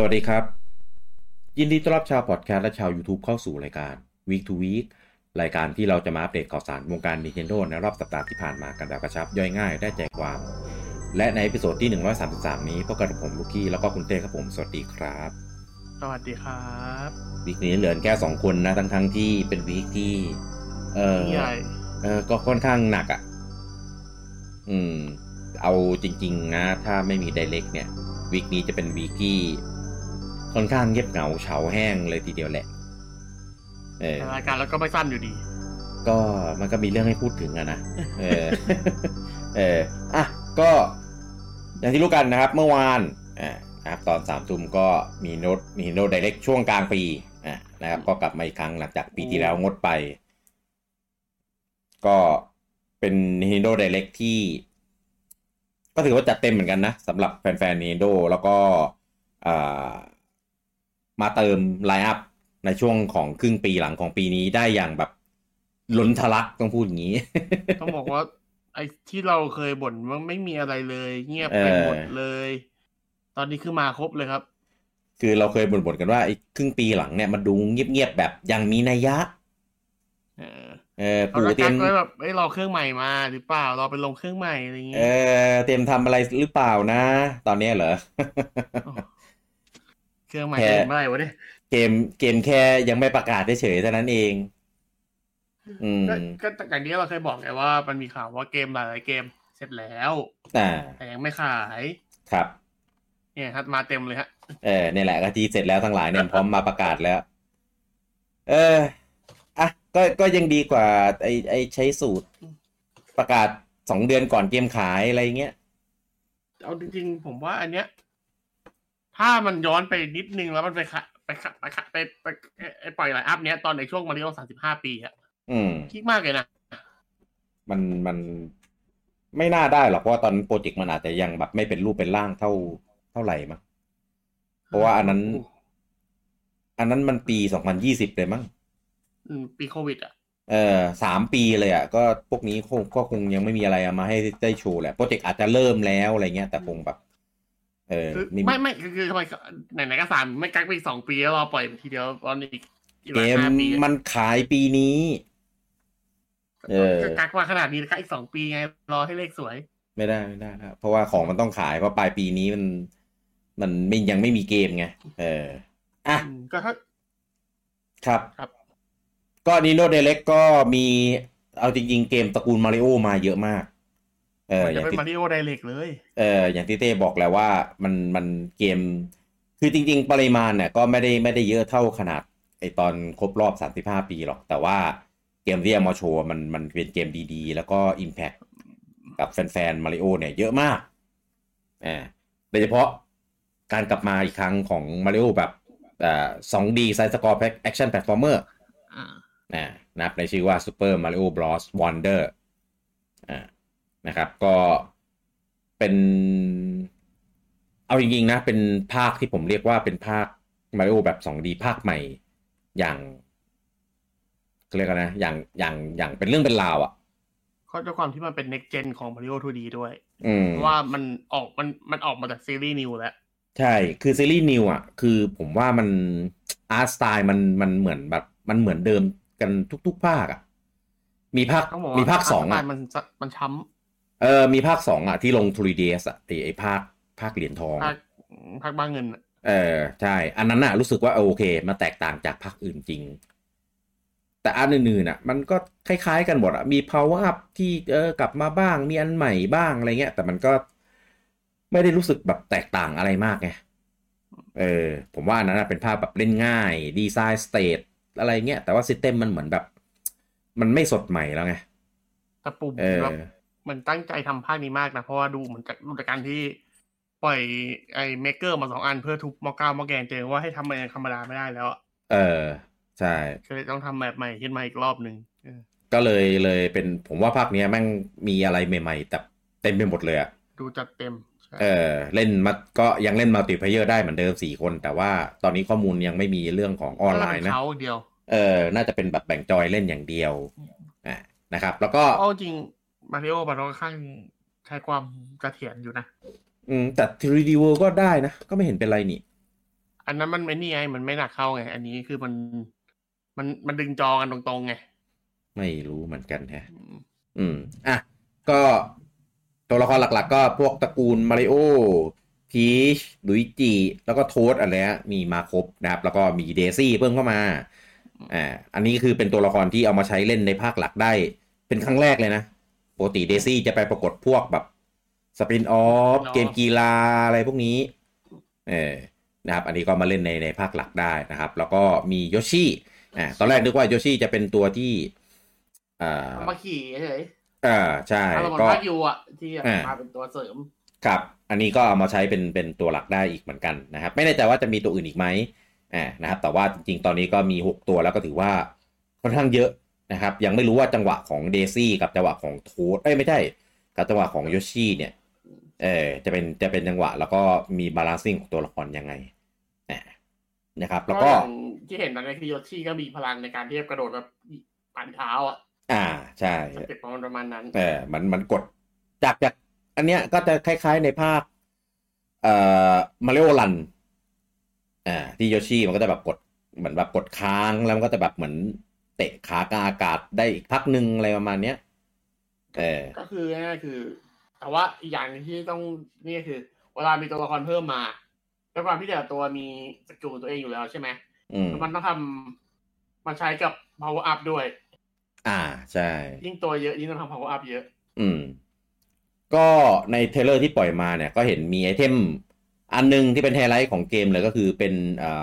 วัสดีครับยินดีต้อนรับชาวพอดแคสต์และชาว YouTube เข้าสู่รายการ Week to Week รายการที่เราจะมาอัปเดตข่าวสารวงการ Nintendo ในรอบสัปดาห์ที่ผ่านมากันแบบกระชับย่อยง่ายได้ใจความและในเอพิโซดที่133นี้พบกับผมลูกี้แล้วก็คุณเต้ครับผมสวัสดีครับสวัสดีครับวีคนี้เหลือแค่2คนนะทั้งที่เป็นวีคที่ใหญ่ก็ค่อนข้างหนักอ่ะเอาจริงๆนะถ้าไม่มีไดเรกเนี่ยวีคนี้จะเป็นวีคที่ค่อนข้างเงียบเหงาเฉาแห้งเลยทีเดียวแหละรายการแล้วก็ไม่สั้นอยู่ดีก็มันก็มีเรื่องให้พูดถึงอะนะอ่ะก็อย่างที่รู้กันนะครับเมื่อวานนะครับตอน3 ทุ่มก็มีNintendo Direct ช่วงกลางปีนะครับก็กลับมาอีกครั้งหลังจากปีที่แล้วงดไปก็เป็น Nintendo Direct ที่ก็ถือว่าจัดเต็มเหมือนกันนะสำหรับแฟนๆ Nintendo แล้วก็มาเติมไลน์อัพในช่วงของครึ่งปีหลังของปีนี้ได้อย่างแบบล้นทะลักต้องพูดอย่างนี้ต้องบอกว่าไอ้ที่เราเคยบ่นว่าไม่มีอะไรเลยเงียบไปหมดเลยตอนนี้คือมาครบเลยครับคือเราเคยบ่นๆกันว่าไอ้ครึ่งปีหลังเนี่ยมันดูเงียบๆแบบยังมีนัยยะปู่เตรียมแบบรอเครื่องใหม่มาหรือเปล่ารอไปลงเครื่องใหม่อะไรอย่างเงี้ยเตรียมทำอะไรหรือเปล่านะตอนนี้เหรอเครื่องใหม่จะเมื่อไหร่วะเนี่ยเกมแค่ยังไม่ประกาศเฉยๆเท่านั้นเองก็อย่างนี้เราเคยบอกไงว่ามันมีข่าวว่าเกมหลายๆเกมเสร็จแล้วแต่ยังไม่ขายครับเนี่ยครับมาเต็มเลยฮะเนี่ยแหละก็ที่เสร็จแล้วทั้งหลายเนี่ยพร้อมมาประกาศแล้วอ่ะก็ยังดีกว่าไอใช้สูตรประกาศ2 เดือนก่อนเกมขายอะไรเงี้ยเอาจริงๆผมว่าอันเนี้ยถ้ามันย้อนไปนิดนึงแล้วมันไปปล่อยไลน์อัพเนี้ยตอนในช่วงมาริโอ35 ปีอ่ะคิดมากเลยนะมันไม่น่าได้หรอกเพราะว่าตอนโปรเจกต์มันอาจจะยังแบบไม่เป็นรูปเป็นร่างเท่าไหร่มั้งเพราะว่าอันนั้นมันปี2020เลยมั้งปีโควิดอ่ะ 3 ปีเลยอ่ะก็พวกนี้ก็คงยังไม่มีอะไรมาให้ได้โชว์แหละโปรเจกต์อาจจะเริ่มแล้วอะไรเงี้ยแต่คงแบบไม่คือทำไมไหนๆก็3ไม่กักไปอีก2 ปีแล้วรอปล่อยทีเดียวตอนอีกเกมมันขายปีนี้กักมาขนาดนี้กักอีก2 ปีไงรอให้เลขสวยไม่ได้ครับเพราะว่าของมันต้องขายเพราะปลายปีนี้มันยังไม่มีเกมไงอ่ะก็ครับก็ Nintendo Direct ก็มีเอาจริงๆเกมตระกูลมาริโอมาเยอะมากอย่างเป็นมาริโอไดเรกเลยอย่างที่เต้บอกแล้วว่ามันเกมคือจริงๆปริมาณเนี่ยก็ไม่ได้เยอะเท่าขนาดไอตอนครบรอบ35 ปีหรอกแต่ว่าเกมที่เอามาโชว์มันเป็นเกมดีๆแล้วก็ Impact กับแฟนๆมาริโอเนี่ยเยอะมากโดยเฉพาะการกลับมาอีกครั้งของมาริโอแบบ2D Side Scroll Action Platformer นับในชื่อว่า Super Mario Bros. Wonder นะครับก็เป็นเอาจริงๆนะเป็นภาคที่ผมเรียกว่าเป็นภาค Mario แบบ 2D ภาคใหม่อย่างเรียกกันนะอย่างเป็นเรื่องเป็นราวอ่ะก็ด้วยความที่มันเป็น next gen ของ Mario 2D ด้วยเพราะว่ามันออกมาจากซีรีส์ New แล้วใช่คือซีรีส์ New อ่ะคือผมว่ามันอาร์ตสไตล์มันเหมือนแบบมันเหมือนเดิมกันทุกๆภาคอ่ะมีภาค2อ่ะมันช้ำมีภาค2อ่ะที่ลง 3DS อ่ะไอภาคเหรียญทองภาคบ้านเงินใช่อันนั้นน่ะรู้สึกว่าโอเคมาแตกต่างจากภาคอื่นจริงแต่อันอื่นๆน่ะมันก็คล้ายๆกันหมดอ่ะมี power up ที่กลับมาบ้างมีอันใหม่บ้างอะไรเงี้ยแต่มันก็ไม่ได้รู้สึกแบบแตกต่างอะไรมากไงผมว่าอันนั้นเป็นภาพแบบเล่นง่ายดีไซน์สเตทอะไรเงี้ยแต่ว่าซิสเต็มมันเหมือนแบบมันไม่สดใหม่แล้วไงแต่ปุ่มแบบมันตั้งใจทำภาคนี้มากนะเพราะว่าดูเหมือนจากการที่ปล่อยไอ้เมเกอร์มา2 อันเพื่อทุบมอก้ามอแกนเจอว่าให้ทำมันธรรมดาไม่ได้แล้วใช่ก็เลยต้องทำแบบใหม่ขึ้นมาอีกรอบนึงก็เลยเป็นผมว่าภาคนี้แม่งมีอะไรใหม่ๆแต่เต็มไปหมดเลยอะดูจัดเต็มเล่นมาก็ยังเล่นมัลติเพลเยอร์ได้เหมือนเดิม4 คนแต่ว่าตอนนี้ข้อมูลยังไม่มีเรื่องของออนไลน์นะเดียวน่าจะเป็นแบบแบ่งจอยเล่นอย่างเดียวนะครับแล้วก็จริงมาริโอมันค่อนข้างใช้ความเสถียรอยู่นะแต่ 3D World ก็ได้นะก็ไม่เห็นเป็นไรนี่ออันนั้นมันไม่นี่ไงมันไม่หนักเข้าไงอันนี้คือมันดึงจอกันตรงๆไงไม่รู้เหมือนกันฮะอ่ะก็ตัวละครหลักๆก็พวกตระกูลมาริโอพีชลุยจิแล้วก็โทสอะไรเงี้ยมีมาครบนะครับแล้วก็มีเดซี่เพิ่มเข้ามาอันนี้คือเป็นตัวละครที่เอามาใช้เล่นในภาคหลักได้เป็นครั้งแรกเลยนะปกติเดซี่จะไปปรากฏพวกแบบสปินออฟเกมกีฬาอะไรพวกนี้นะครับอันนี้ก็มาเล่นในภาคหลักได้นะครับแล้วก็มีโยชิตอนแรกนึกว่าโยชิจะเป็นตัวที่มาขี่เฉยใช่ก็ภาคยูอ่ะที่มาเป็นตัวเสริมครับอันนี้ก็เอามาใช้เป็นตัวหลักได้อีกเหมือนกันนะครับไม่แน่ใจว่าจะมีตัวอื่นอีกไหมนะครับแต่ว่าจริงๆตอนนี้ก็มี6ตัวแล้วก็ถือว่าค่อนข้างเยอะนะครับยังไม่รู้ว่าจังหวะของเดซี่กับจังหวะของโทสไม่ใช่กับจังหวะของโยชิเนี่ยจะเป็นจังหวะแล้วก็มีบาลานซิ่งของตัวละครยังไงนะครับแล้วก็ที่เห็นตอนนี้คือโยชิก็มีพลังในการที่จะกระโดดแบบปั่นเท้าใช่เป็นประมาณนั้นมันกดจากอันเนี้ยก็จะคล้ายๆในภาคมาริโอรันที่โยชิมันก็จะแบบกดเหมือนแบบกดค้างแล้วมันก็จะแบบเหมือนเตะขากลางอากาศได้อีกพักนึงอะไรประมาณเนี้ยก็คือง่ายๆคือแต่ว่าอีกอย่างที่ต้องนี่คือเวลามีตัวละครเพิ่มมาด้วยความที่แต่ละตัวมีสกิลตัวเองอยู่แล้วใช่ไหมมันต้องทำมาใช้กับ power up ด้วยใช่ยิ่งตัวเยอะยิ่งต้องทำ power up เยอะก็ในเทรลเลอร์ที่ปล่อยมาเนี่ยก็เห็นมีไอเทมอันนึงที่เป็นไฮไลท์ของเกมเลยก็คือเป็น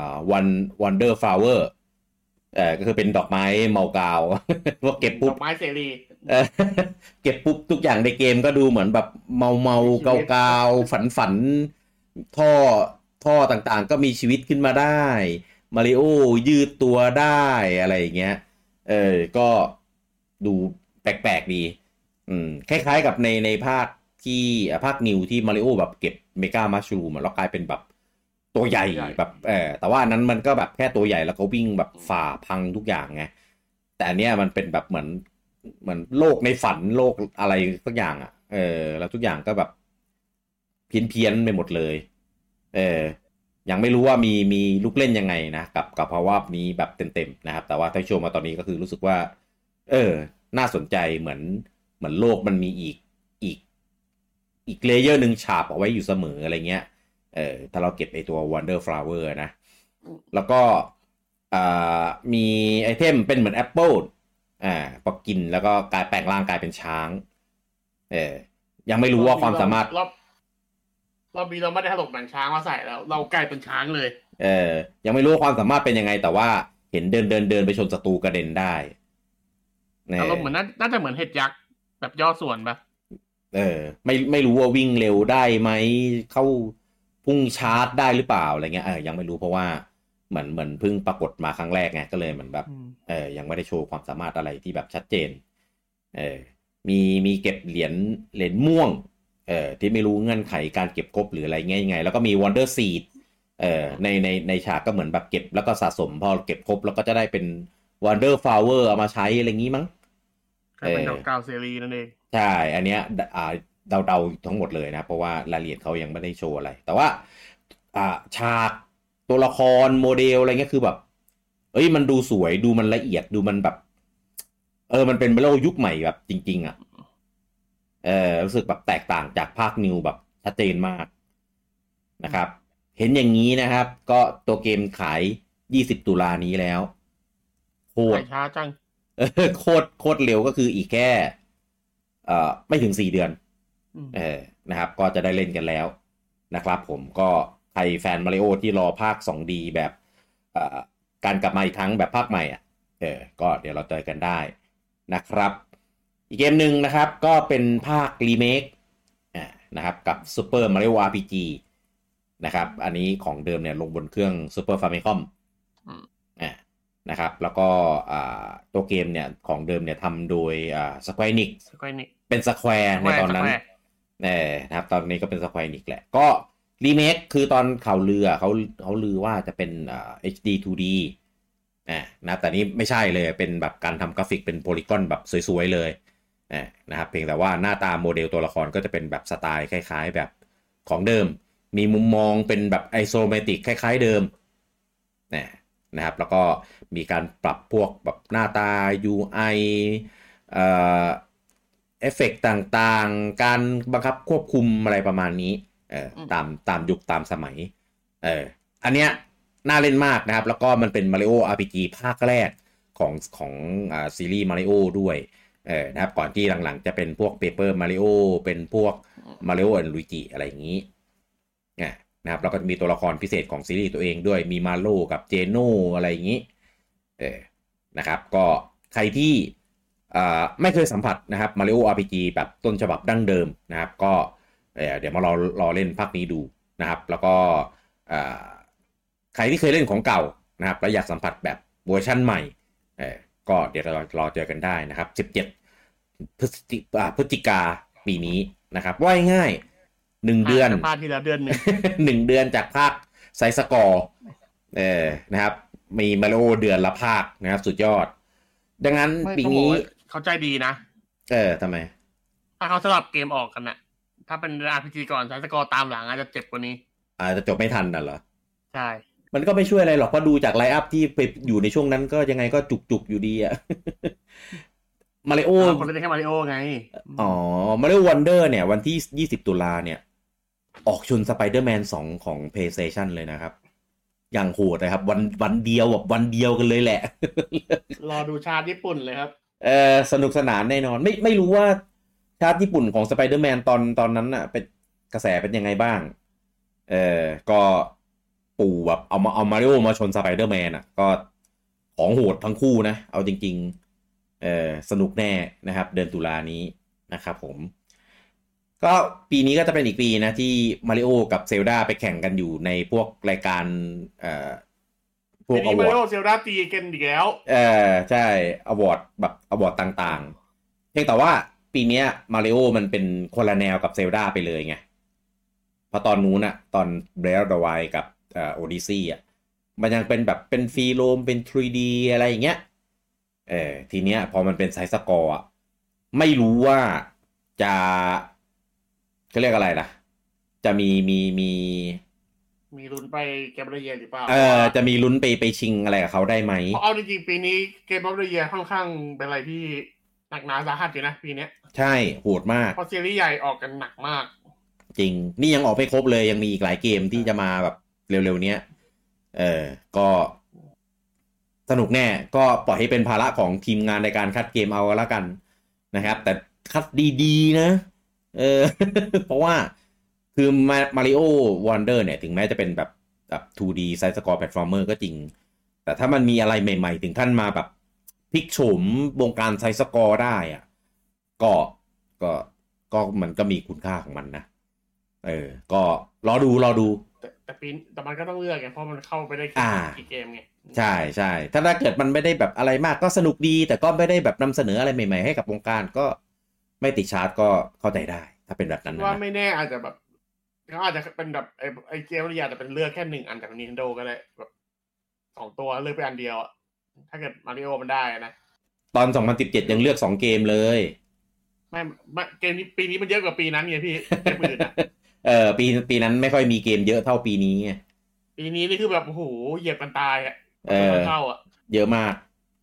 Wonder Flower ก็คือเป็นดอกไม้เมากาวพวกเก็บปุ๊บดอกไม้เสรีเก็บปุ๊บทุกอย่างในเกมก็ดูเหมือนแบบเมาเกาฝันท่อต่างๆก็มีชีวิตขึ้นมาได้มาริโอยืดตัวได้อะไรอย่างเงี้ยก็ดูแปลกๆดีคล้ายๆกับในภาคที่ภาคนิวที่มาริโอแบบเก็บเมกามัชรูมแล้วกลายเป็นแบบตัวใหญ่แบบแต่ว่านั้นมันก็แบบแค่ตัวใหญ่แล้วก็วิ่งแบบฝ่าพังทุกอย่างไงแต่อันเนี้ยมันเป็นแบบเหมือนโลกในฝันโลกอะไรสักอย่างแล้วทุกอย่างก็แบบเพี้ยนไปหมดเลยยังไม่รู้ว่ามีลูกเล่นยังไงนะกับภาวะนี้แบบเต็มๆนะครับแต่ว่าถ้าโชว์มาตอนนี้ก็คือรู้สึกว่าน่าสนใจเหมือนโลกมันมีอีกเลเยอร์หนึ่งฉาบเอาไว้อยู่เสมออะไรเงี้ยถ้าเราเก็บไอตัว Wonder Flower นะแล้วก็มีไอเทมเป็นเหมือนแอปเปิลพอกินแล้วก็แปลงร่างกายเป็นช้างยังไม่รู้ว่าความสามารถเราไม่ได้ถลกหนังช้างมาใส่แล้วเรากลายเป็นช้างเลยยังไม่รู้ว่าความสามารถเป็นยังไงแต่ว่าเห็นเดินไปชนศัตรูกระเด็นได้อารมณ์เหมือนน่าจะเหมือนเห็ดยักษ์แบบย่อส่วนปะไม่รู้ว่าวิ่งเร็วได้ไหมเข้าพุ่งชาร์จได้หรือเปล่าอะไรเงี้ยยังไม่รู้เพราะว่าเหมือนเพิ่งปรากฏมาครั้งแรกไงก็เลยเหมือนแบบยังไม่ได้โชว์ความสามารถอะไรที่แบบชัดเจนมีเก็บเหรียญม่วงที่ไม่รู้เงื่อนไขการเก็บครบหรืออะไรเงี้ยยังไงแล้วก็มี Wonder Seed ในฉากก็เหมือนแบบเก็บแล้วก็สะสมพอเก็บครบแล้วก็จะได้เป็น Wonder Flower เอามาใช้อะไรงี้มั้งเป็นดอกกาวเซรีนั่นเองใช่อันเนี้ยเดาทั้งหมดเลยนะเพราะว่ารายละเอียดเขายังไม่ได้โชว์อะไรแต่ว่าฉากตัวละครโมเดลอะไรเงี้ยคือแบบมันดูสวยดูมันละเอียดดูมันแบบมันเป็นโลกยุคใหม่แบบจริงๆรู้สึกแบบแตกต่างจากภาคนิวแบบชัดเจนมากนะครับเห็นอย่างนี้นะครับก็ตัวเกมขาย20ตุลานี้แล้วโคตรช้าจังโคตรเร็วก็คืออีกแค่ไม่ถึง4 เดือนนะครับก็จะได้เล่นกันแล้วนะครับผมก็ใครแฟนมาริโอที่รอภาค 2D แบบการกลับมาอีกครั้งแบบภาคใหม่ก็เดี๋ยวเราเจอกันได้นะครับอีกเกมหนึ่งนะครับก็เป็นภาครีเมคนะครับกับ Super Mario RPG นะครับอันนี้ของเดิมเนี่ยลงบนเครื่อง Super Famicom นะครับแล้วก็ตัวเกมเนี่ยของเดิมเนี่ยทำโดยSquare Enix เป็น Square ในตอนนั้นนะครับตอนนี้ก็เป็น Square Enix แหละก็รีเมคคือตอนข่าวลือเขาลือว่าจะเป็นHD 2D นะแต่นี้ไม่ใช่เลยเป็นแบบการทำกราฟิกเป็นโพลีกอนแบบสวยๆเลยนะครับเพียงแต่ว่าหน้าตาโมเดลตัวละครก็จะเป็นแบบสไตล์คล้ายๆแบบของเดิมมีมุมมองเป็นแบบไอโซเมตริกคล้ายๆเดิมนะครับแล้วก็มีการปรับพวกแบบหน้าตา UI เอ่อเอฟเฟกต์ต่างๆการบังคับควบคุมอะไรประมาณนี้ตามยุคตามสมัยอันเนี้ยน่าเล่นมากนะครับแล้วก็มันเป็น Mario RPG ภาคแรกของซีรีส์ Mario ด้วยนะครับก่อนที่หลังๆจะเป็นพวก Paper Mario เป็นพวก Mario and Luigi อะไรอย่างนี้นะครับแล้วก็มีตัวละครพิเศษของซีรีส์ตัวเองด้วยมีมาโลกับเจโนอะไรอย่างนี้นะครับก็ใครที่ไม่เคยสัมผัสนะครับ Mario RPG แบบต้นฉบับดั้งเดิมนะครับก็เดี๋ยวมารอเล่นภาคนี้ดูนะครับแล้วก็ใครที่เคยเล่นของเก่านะครับแล้วอยากสัมผัสแบบเวอร์ชั่นใหม่ก็เดี๋ยวเรารอเจอกันได้นะครับ17พฤศจิกาปีนี้นะครับว่าง่าย1 เดือนภาคที่แล้วเดือนนึง 1 เดือนจากภาคไซสกอร์นะครับมีมาริโอเดือนละภาคนะครับสุดยอดดังนั้นปีนี้เขาใจดีนะทำไมถ้าเขาสลับเกมออกกันนะถ้าเป็น RPG ก่อนไซสกอร์ตามหลังอาจจะเจ็บกว่านี้จะจบไม่ทันน่ะเหรอใช่มันก็ไม่ช่วยอะไรหรอกเพราะดูจากไลน์อัพที่ไปอยู่ในช่วงนั้นก็ยังไงก็จุกอยู่ดีอะมาริโอคนเล่นแค่มาริโอไงมาริโอวันเดอร์เนี่ยวันที่20 ตุลาเนี่ยออกชนสไปเดอร์แมน2ของ PlayStation เลยนะครับอย่างโหดนะครับวันเดียวแบบวันเดียวกันเลยแหละรอดูชาติญี่ปุ่นเลยครับสนุกสนานแน่นอนไม่รู้ว่าชาติญี่ปุ่นของสไปเดอร์แมนตอนนั้นน่ะเป็นกระแสเป็นยังไงบ้างก็ปู่แบบเอามาริโอมาชนสไปเดอร์แมนอ่ะก็ของโหดทั้งคู่นะเอาจริงๆสนุกแน่นะครับเดือนตุลานี้นะครับผมก็ปีนี้ก็จะเป็นอีกปีนะที่มาริโอกับเซลดาไปแข่งกันอยู่ในพวกรายการพวกอวอร์ดมาริโอเซลดาตีกันอีกแล้วใช่อวอร์ดแบบอวอร์ดต่างๆเพียงแต่ว่าปีนี้มาริโอมันเป็นคนละแนวกับเซลดาไปเลยไงเพราะตอนนู้นอะตอน Breath of the Wild กับOdyssey อ่ะมันยังเป็นแบบเป็นฟรีโรมเป็น 3D อะไรอย่างเงี้ยทีเนี้ยพอมันเป็นไซส์สกอร์อ่ะไม่รู้ว่าจะเขาเรียกอะไรล่ะจะมีลุ้นไปเกมออฟเดอะเยียร์หรือเปล่าจะมีลุ้นไปชิงอะไรกับเขาได้ไหมเพราะเอาจริงๆปีนี้เกมออฟเดอะเยียร์ค่อนข้างเป็นอะไรที่หนักหนาสาหัสอยู่นะปีนี้ใช่โหดมากเพราะซีรีส์ใหญ่ออกกันหนักมากจริงนี่ยังออกไม่ครบเลยยังมีอีกหลายเกมที่จะมาแบบเร็วๆเนี้ยก็สนุกแน่ก็ปล่อยให้เป็นภาระของทีมงานในการคัดเกมเอาละกันนะครับแต่คัดดีๆนะเพราะว่าคือMario Wonder เนี่ยถึงแม้จะเป็นแบบ 2D Side Scroll Platformer ก็จริงแต่ถ้ามันมีอะไรใหม่ๆถึงขั้นมาแบบพลิกโฉมวงการ Side Scroll ได้อ่ะก็มันก็มีคุณค่าของมันนะก็รอดูแต่มันก็ต้องเลือกไงเพราะมันเข้าไปได้กี่เกมไงใช่ถ้าเกิดมันไม่ได้แบบอะไรมากก็สนุกดีแต่ก็ไม่ได้แบบนำเสนออะไรใหม่ๆให้กับวงการก็ไม่ติดชาร์ตก็เข้าใจได้ถ้าเป็นแบบนั้นนะว่าไม่แน่อาจจะแบบเขาอาจจะเป็นแบบไอ้เกมที่อาจจะเป็นเลือกแค่1 อันจาก Nintendo ก็ได้แบบ2 ตัวเลือกไปอันเดียวถ้าเกิดมาริโอมันได้นะตอน2017ยังเลือก2 เกมเลยไม่เกมนี้ปีนี้มันเยอะกว่าปีนั้นไงพี่เกมอื่นอ่ะปีนั้นไม่ค่อยมีเกมเยอะเท่าปีนี้ไงปีนี้นี่คือแบบโอ้โหเหยียบกันตายอ่ะเข้าอ่ะเยอะมาก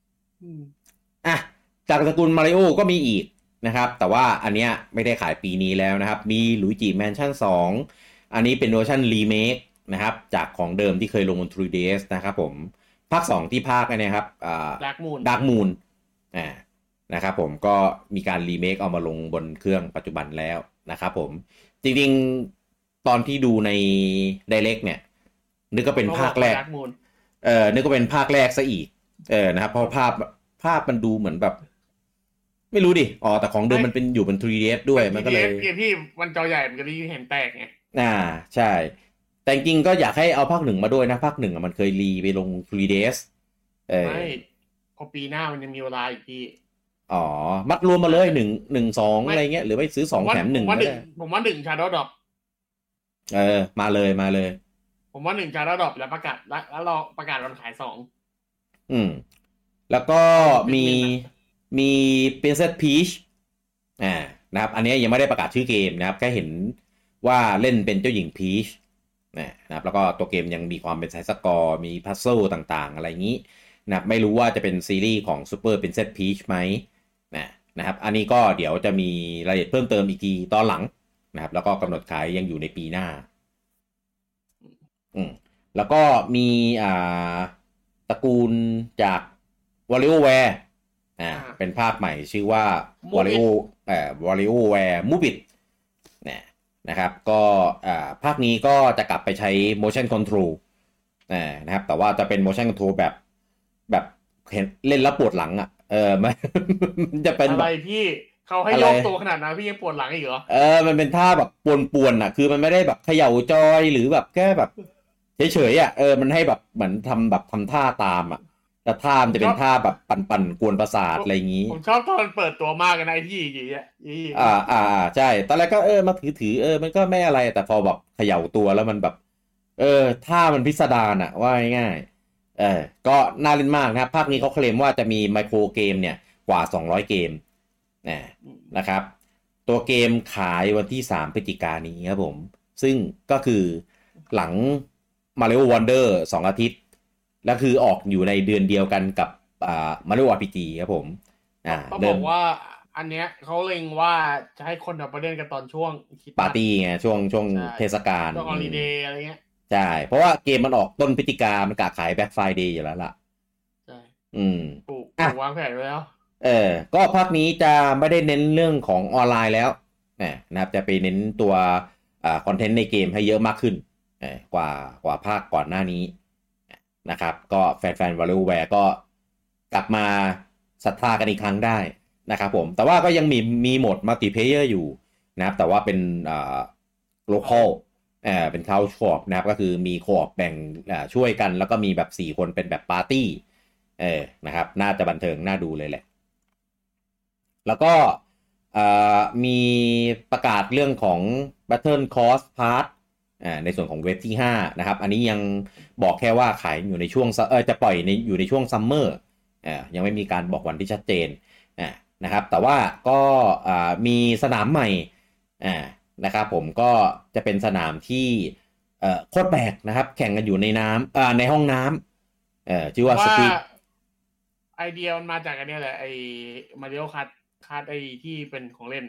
จากตระกูลมาริโอก็มีอีกนะครับแต่ว่าอันเนี้ยไม่ได้ขายปีนี้แล้วนะครับมีลุยจิแมนชั่น2อันนี้เป็นเวอร์ชันรีเมคนะครับจากของเดิมที่เคยลงบน 3DS นะครับผมภาค2ที่ภาคเนี่ยครับDark Moon นะครับผมก็มีการรีเมคเอามาลงบนเครื่องปัจจุบันแล้วนะครับผมจริงๆตอนที่ดูใน Direct เนี่ยนึกก็เป็นภาคแรกนึกก็เป็นภาคแรกซะอีกนะครับเพราะภาพมันดูเหมือนแบบไม่รู้ดิแต่ของเดิมมันเป็นอยู่บน 3DS ด้วยมันก็เลยพี่มันจอใหญ่มันก็ได้เห็นแตกไงใช่แต่จริงก็อยากให้เอาภาค1มาด้วยนะภาค1มันเคยรีไปลง 3DS ไม่พอปีหน้ามันยังมีเวลาอีกพี่มัดรวมมาเลย1 2อะไรเงี้ยหรือไม่ซื้อ2แถม1ก็ได้ผมว่า1 Shadow Drop มาเลยผมว่า1 Shadow Drop แล้วประกาศแล้วรอประกาศวันขาย2 แล้วก็มี Princess Peach นะครับอันนี้ยังไม่ได้ประกาศชื่อเกมนะครับแค่เห็นว่าเล่นเป็นเจ้าหญิง Peach นะครับแล้วก็ตัวเกมยังมีความเป็นไซส์สกอร์มีพัซเซิลต่างๆอะไรอย่างนี้นะไม่รู้ว่าจะเป็นซีรีส์ของ Super Princess Peach ไหมนะครับอันนี้ก็เดี๋ยวจะมีรายละเอียดเพิ่มเติมอีกทีตอนหลังนะครับแล้วก็กำหนดขายยังอยู่ในปีหน้าแล้วก็มีตระกูลจาก WarioWare เป็นภาคใหม่ชื่อว่า WarioWare Move It นะครับก็ภาคนี้ก็จะกลับไปใช้ motion control นะครับแต่ว่าจะเป็น motion control แบบเห็นเล่นแล้วปวดหลังมันจะเป็นอะไรพี่เขาให้โยกตัวขนาดนั้นพี่ยังปวดหลังอีกเหรอมันเป็นท่าแบบป่วนๆคือมันไม่ได้แบบเขย่าจอยหรือแบบแค่แบบเฉยๆมันให้แบบเหมือนทำท่าตามแต่ท่ามันจะเป็นท่าแบบปั่นกวนประสาทอะไรอย่างนี้ผมชอบตอนเปิดตัวมากกันไอ้ที่อย่างเงี้ยใช่ตอนแรกก็มาถือมันก็ไม่อะไรแต่พอแบบเขย่าตัวแล้วมันแบบท่ามันพิสดารว่าง่ายๆก็น่าเล่นมากนะครับภาคนี้เขาเคลมว่าจะมีไมโครเกมเนี่ยกว่า200เกมนะครับตัวเกมขายวันที่3พฤศจิกายนนี้ครับผมซึ่งก็คือหลัง Mario Wonder 2 อาทิตย์แล้วคือออกอยู่ในเดือนเดียวกันกับMario RPG ครับผมต้องบอกว่าอันเนี้ยเขาเล็งว่าจะให้คนไปเล่นกันตอนช่วงปาร์ตี้ไงช่วงเทศกาลช่วงฮอลิเดย์อะไรเงี้ยใช่เพราะว่าเกมมันออกต้นพฤศจิกามันกะขาย Black Friday อยู่แล้วล่ะใช่ถูกวางแผนไว้แล้วก็ภาคนี้จะไม่ได้เน้นเรื่องของออนไลน์แล้วนะครับจะไปเน้นตัวคอนเทนต์ในเกมให้เยอะมากขึ้นกว่าภาคก่อนหน้านี้นะครับก็แฟนๆ WarioWare ก็กลับมาศรัทธากันอีกครั้งได้นะครับผมแต่ว่าก็ยังมีโหมดมัลติเพลเยอร์อยู่นะครับแต่ว่าเป็นlocal เป็น couch co-op นะครับก็คือมีโคออปแบ่งช่วยกันแล้วก็มีแบบ4คนเป็นแบบปาร์ตี้นะครับน่าจะบันเทิงน่าดูเลยแหละแล้วก็มีประกาศเรื่องของ Battle Cost Pass ในส่วนของเว็บที่5นะครับอันนี้ยังบอกแค่ว่าขายอยู่ในช่วงจะปล่อยอยู่ในช่วงซัมเมอร์ยังไม่มีการบอกวันที่ชัดเจนนะครับแต่ว่าก็มีสนามใหม่นะครับผมก็จะเป็นสนามที่โคตรแปลกนะครับแข่งกันอยู่ในน้ำในห้องน้ำชื่อว่าสปีดไอเดียมันมาจากอันนี้แหละไอมาริโอคัทไอที่เป็นของเล่น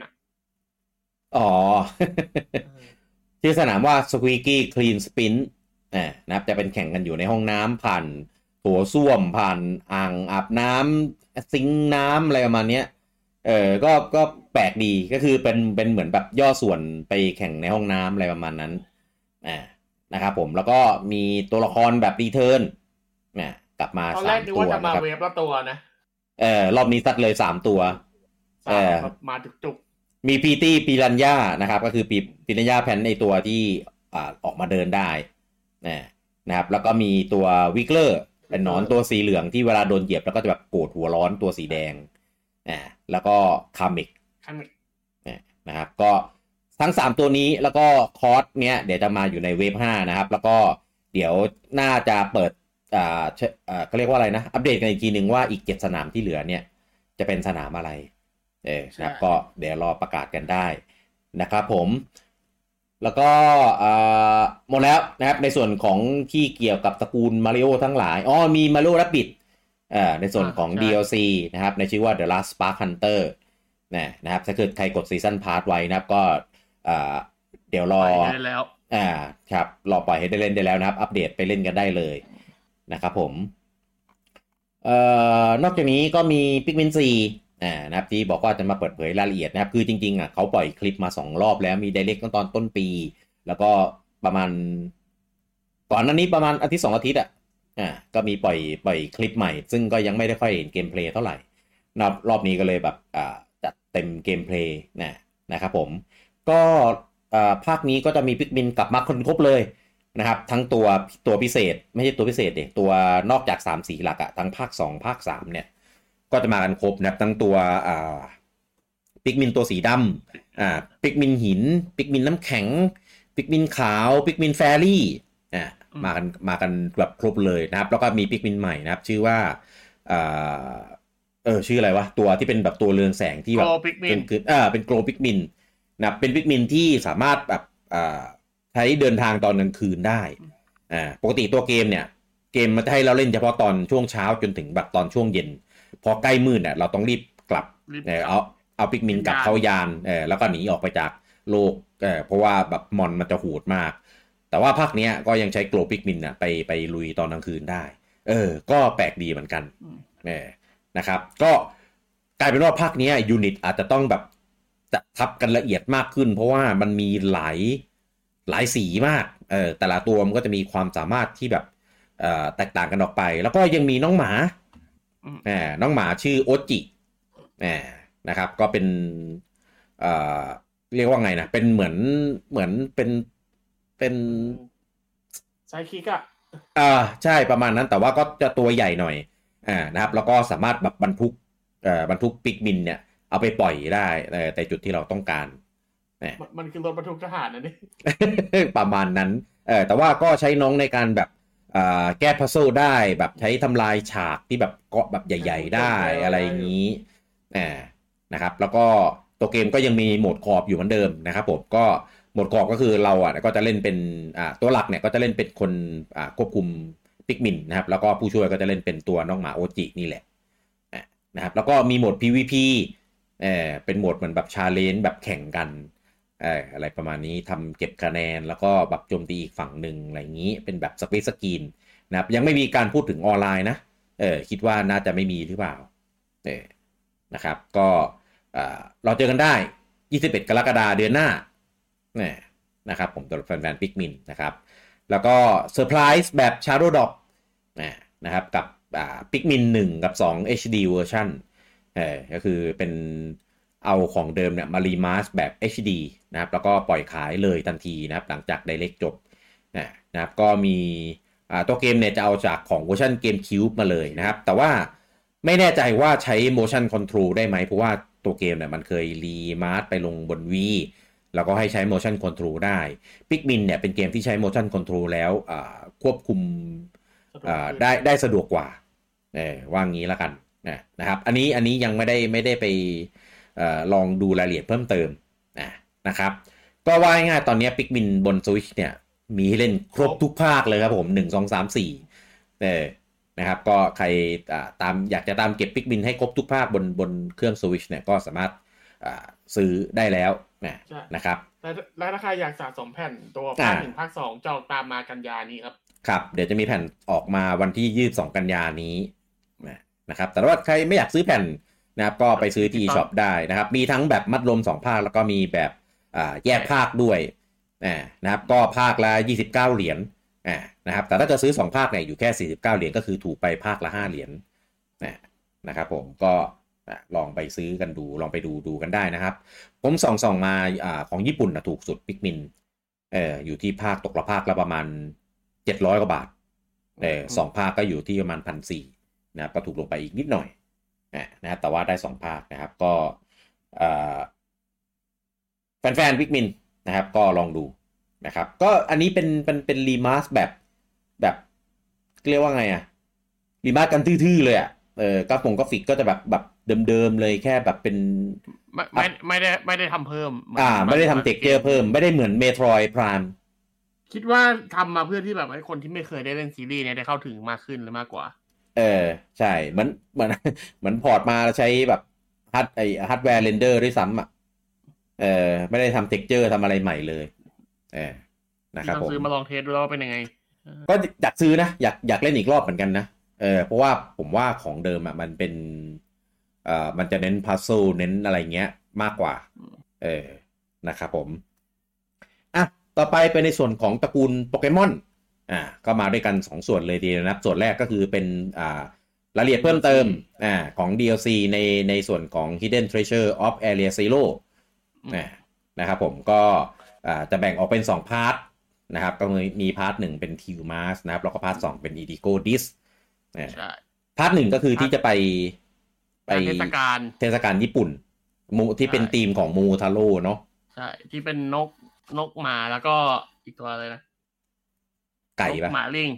ชื่อสนามว่า Squeaky Clean Spin นะครับจะเป็นแข่งกันอยู่ในห้องน้ำผ่านตัวส้วมผ่านอ่างอาบน้ำซิงค์น้ำอะไรประมาณนี้ก็แปลกดีก็คือเป็นเหมือนแบบย่อส่วนไปแข่งในห้องน้ำอะไรประมาณนั้นนะครับผมแล้วก็มีตัวละครแบบรีเทิร์นกลับมา3 ตัวตอนแรกนึกว่าจะมาเวฟละตัวนะรอบนี้ซัดเลย3 ตัวมาจุกมีพีตี้ปีรัญญานะครับก็คือปีรัญญาแพนในตัวที่ออกมาเดินได้นะครับแล้วก็มีตัววิกเลอร์เป็นหนอนตัวสีเหลืองที่เวลาโดนเหยียบแล้วก็จะแบบปวดหัวร้อนตัวสีแดงแล้วก็คามิกนะครับก็ทั้ง3ตัวนี้แล้วก็คอร์สเนี้ยเดี๋ยวจะมาอยู่ในเวฟ5นะครับแล้วก็เดี๋ยวน่าจะเปิดเขาเรียกว่าอะไรนะอัปเดตกันอีกทีนึงว่าอีก7 สนามที่เหลือเนี่ยจะเป็นสนามอะไรนะครับก็เดี๋ยวรอประกาศกันได้นะครับผมแล้วก็หมดแล้วนะครับในส่วนของที่เกี่ยวกับตระกูลมาริโอทั้งหลายมีมาริโอรับบิดในส่วนของ DLC นะครับในชื่อว่า The Last Spark Hunter นะครับถ้าเกิดใครกดซีซั่นพาร์ทไว้นะครับก็เดี๋ยวรอได้แล้วครับรอปล่อยให้ได้เล่นได้แล้วนะครับอัปเดตไปเล่นกันได้เลยนะครับผมนอกจากนี้ก็มี Pikmin 4นะครับที่บอกว่าจะมาเปิดเผยรายละเอียดนะครับคือจริงๆเขาปล่อยคลิปมา2 รอบแล้วมี Direct ตอนต้นปีแล้วก็ประมาณก่อนหน้านี้ประมาณอาทิตย์2 อาทิตย์ก็มีปล่อยคลิปใหม่ซึ่งก็ยังไม่ได้ค่อยเห็นเกมเพลย์เท่าไหร่รอบนี้ก็เลยแบบจัดเต็มเกมเพลย์นะครับผมก็ภาคนี้ก็จะมีพิกมินกลับมาครบเลยนะครับทั้งตัวพิเศษไม่ใช่ตัวพิเศษตัวนอกจาก3 สีหลักทั้งภาค2ภาค3เนี่ยก็จะมากันครบนะครับทั้งตัวพิกมินตัวสีดำพิกมินหินพิกมินน้ำแข็งพิกมินขาวพิกมินแฟรี่มากันแบบครบเลยนะครับแล้วก็มีพิกมินใหม่นะครับชื่อว่าชื่ออะไรวะตัวที่เป็นแบบตัวเรืองแสงที่แบบเป็นโกลพิกมินนะเป็นพิกมินที่สามารถแบบใช้เดินทางตอนกลางคืนได้ปกติตัวเกมเนี่ยเกมมันจะให้เราเล่นเฉพาะตอนช่วงเช้าจนถึงแบบตอนช่วงเย็นพอใกล้มืดเนี่ยเราต้องรีบกลับเอาปิกมินกลับเข้ายานแล้วก็หนีออกไปจากโลกเพราะว่าแบบมอนมันจะโหดมากแต่ว่าภาคเนี้ยก็ยังใช้โกลปิกมินน่ะไปลุยตอนกลางคืนได้ก็แปลกดีเหมือนกันนะครับก็กลายเป็นว่าภาคนี้ยูนิตอาจจะต้องแบบจะทับกันละเอียดมากขึ้นเพราะว่ามันมีหลายสีมากแต่ละตัวมันก็จะมีความสามารถที่แบบแตกต่างกันออกไปแล้วก็ยังมีน้องหมาน้องหมาชื่อโอจินะครับก็เป็นเรียกว่าไงนะเป็นเหมือนเป็นไซคิกใช่ประมาณนั้นแต่ว่าก็จะตัวใหญ่หน่อยนะครับแล้วก็สามารถแบบบรรทุกปิกมินเนี่ยเอาไปปล่อยได้แต่จุดที่เราต้องการมันคือรถบรรทุกทหารนะนี่ประมาณนั้นแต่ว่าก็ใช้น้องในการแบบแก้พัซเซิลได้แบบใช้ทำลายฉากที่แบบเกาะแบบใหญ่ๆได้อะไรอย่างนี้นะครับแล้วก็ตัวเกมก็ยังมีโหมดคอร์ปอยู่เหมือนเดิมนะครับผมก็โหมดคอร์ปก็คือเราก็จะเล่นเป็นตัวหลักเนี่ยก็จะเล่นเป็นคนควบคุมปิกมินนะครับแล้วก็ผู้ช่วยก็จะเล่นเป็นตัวน้องหมาโอจินี่แหละนะครับแล้วก็มีโหมด PVP เป็นโหมดเหมือนแบบชาเลนจ์แบบแข่งกันอะไรประมาณนี้ทำเก็บคะแนนแล้วก็แบบโจมตีอีกฝั่งหนึ่งอะไรอย่างนี้เป็นแบบสเปซสกรีนนะครับยังไม่มีการพูดถึงออนไลน์นะคิดว่าน่าจะไม่มีหรือเปล่านะครับก็เราเจอกันได้21กรกฎาคมเดือนหน้านะครับผมตัวแฟนๆปิกมินนะครับแล้วก็เซอร์ไพรส์แบบ Shadow Dog นะครับกับปิกมิน1กับ2 HD เวอร์ชันก็คือเป็นเอาของเดิมเนี่ยมารีมาสแบบ HD นะครับแล้วก็ปล่อยขายเลยทันทีนะครับหลังจาก Direct จบนะครับก็มีตัวเกมเนี่ยจะเอาจากของเวอร์ชัน GameCube มาเลยนะครับแต่ว่าไม่แน่ใจว่าใช้ motion control ได้ไหมเพราะว่าตัวเกมเนี่ยมันเคยรีมาสไปลงบน Wii แล้วก็ให้ใช้ motion control ได้ Pikmin เนี่ยเป็นเกมที่ใช้ motion control แล้วควบคุมได้สะดวกกว่าว่างี้แล้วกันนะครับอันนี้ยังไม่ได้ไปลองดูรายละเอียดเพิ่มเติมนะครับก็ว่าง่ายๆตอนนี้ Pikmin บน Switch เนี่ยมีให้เล่นครบทุกภาคเลยครับผม1 2 3 4นะครับก็ใครอยากจะตามเก็บ Pikmin ให้ครบทุกภาคบนเครื่อง Switch เนี่ยก็สามารถซื้อได้แล้วนะครับแล้วถ้าใครอยากสะสมแผ่นตัวภาค1ภาค2จะออกตามมากันยานี้ครับเดี๋ยวจะมีแผ่นออกมาวันที่22กันยานี้นะครับแต่ว่าใครไม่อยากซื้อแผ่นนะครับก็ไปซื้อที่ eShop ได้นะครับมีทั้งแบบมัดรวม2ภาคแล้วก็มีแบบแยกภาคด้วยนะครับก็ภาคละ29เหรียญนะครับแต่ถ้าจะซื้อ2ภาคเนี่ยอยู่แค่49เหรียญก็คือถูกไปภาคละ5เหรียญนะครับผมก็ลองไปซื้อกันดูลองไปดูกันได้นะครับผมส่องมาของญี่ปุ่นถูกสุดปิกมินอยู่ที่ภาคตกละภาคละประมาณ700 กว่าบาท2ภาคก็อยู่ที่ประมาณ 1,400 นะครับก็ถูกลงไปอีกนิดหน่อยนะครับแต่ว่าได้2ภาคนะครับก็แฟนๆปิกมินนะครับก็ลองดูนะครับก็อันนี้เป็นรีมาสแบบเรียกว่าไงรีมาสกันทื่อๆเลยกราฟิกก็จะแบบเดิมๆเลยแค่แบบเป็นไม่ได้ทำเพิ่มไม่ได้ทำเท็กเจอร์เพิ่มไม่ได้เหมือน Metroid Prime คิดว่าทำมาเพื่อที่แบบให้คนที่ไม่เคยได้เล่นซีรีส์เนี่ยได้เข้าถึงมากขึ้นหรือมากกว่าใช่เหมือนพอร์ตมาใช้แบบฮาร์ดแวร์เรนเดอร์ด้วยซ้ำไม่ได้ทำเท็กเจอร์ทำอะไรใหม่เลยนะครับผมซื้อมาลองเทสดูแล้วเป็นยังไงก็อยากซื้อนะอยากเล่นอีกรอบเหมือนกันนะเพราะว่าผมว่าของเดิมมันเป็นมันจะเน้นพัซเซิลเน้นอะไรเงี้ยมากกว่านะครับผมต่อไปเป็นในส่วนของตระกูลโปเกมอนก็มาด้วยกัน2ส่วนเลยทีเดียวนะครับส่วนแรกก็คือเป็นรายละเอียดเพิ่มเติมของ DLC ในส่วนของ Hidden Treasure of Area Zero นะครับผมก็จะแบ่งออกเป็น2พาร์ทนะครับก็มีพาร์ท1เป็น Tilmas นะครับแล้วก็พาร์ท2เป็น Indigo Disc พาร์ท1ก็คือที่จะไปเทศกาลญี่ปุ่นที่เป็นธีมของมูทาโร่เนาะใช่ที่เป็นนกหมาแล้วก็อีกตัวอะไรนะไก่ปะหมาลิง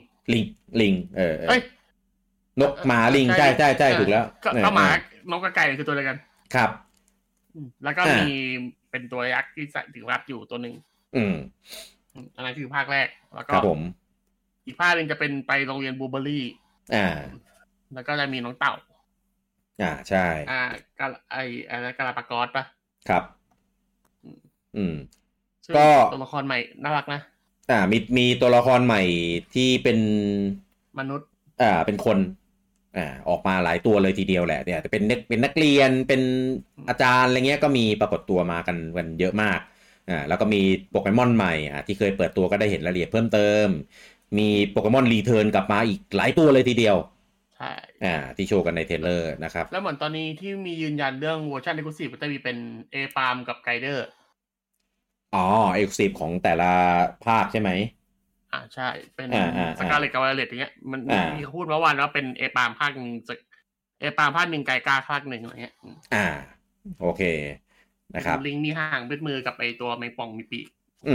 นกหมาลิงใช่ถูกแล้วก็หมานกกับไก่คือตัวเดียวกันครับแล้วก็มีเป็นตัวยักษ์ที่ใส่ถึงรับอยู่ตัวหนึ่งอันนั้นคือภาคแรกแล้วก็ครับผมอีกภาคนึงจะเป็นไปโรงเรียนบูเบอรี่แล้วก็จะมีน้องเต่าใช่กาอะไรกาลาปากอสปะครับก็ตัวละครใหม่น่ารักนะมีตัวละครใหม่ที่เป็นมนุษย์เป็นคนออกมาหลายตัวเลยทีเดียวแหละเนี่ยเป็นนักเรียนเป็นอาจารย์อะไรเงี้ยก็มีปรากฏตัวมากันเยอะมากแล้วก็มีโปเกมอนใหม่ที่เคยเปิดตัวก็ได้เห็นรายละเอียดเพิ่มเติมมีโปเกมอนรีเทิร์นกลับมาอีกหลายตัวเลยทีเดียวใช่ที่โชว์กันในเทรลเลอร์นะครับแล้วเหมือนตอนนี้ที่มียืนยันเรื่องเวอร์ชันเอ็กซ์คลูซีฟจะมีเป็นเอปาล์มกับไกเดอร์เอ็กซ์คลูซีฟของแต่ละภาคใช่ไหมใช่เป็นสกาเลตกับไวโอเลตอย่างเงี้ยมันมีพูดเมื่อวานว่าเป็นเอปาล์มภาคนึงเอปาล์มภาคนึงไกกาภาคนึงอะไรเงี้ยโอเคนะครับลิงมีห่างเป็นมือกับไอตัวแมงป่องมีปีก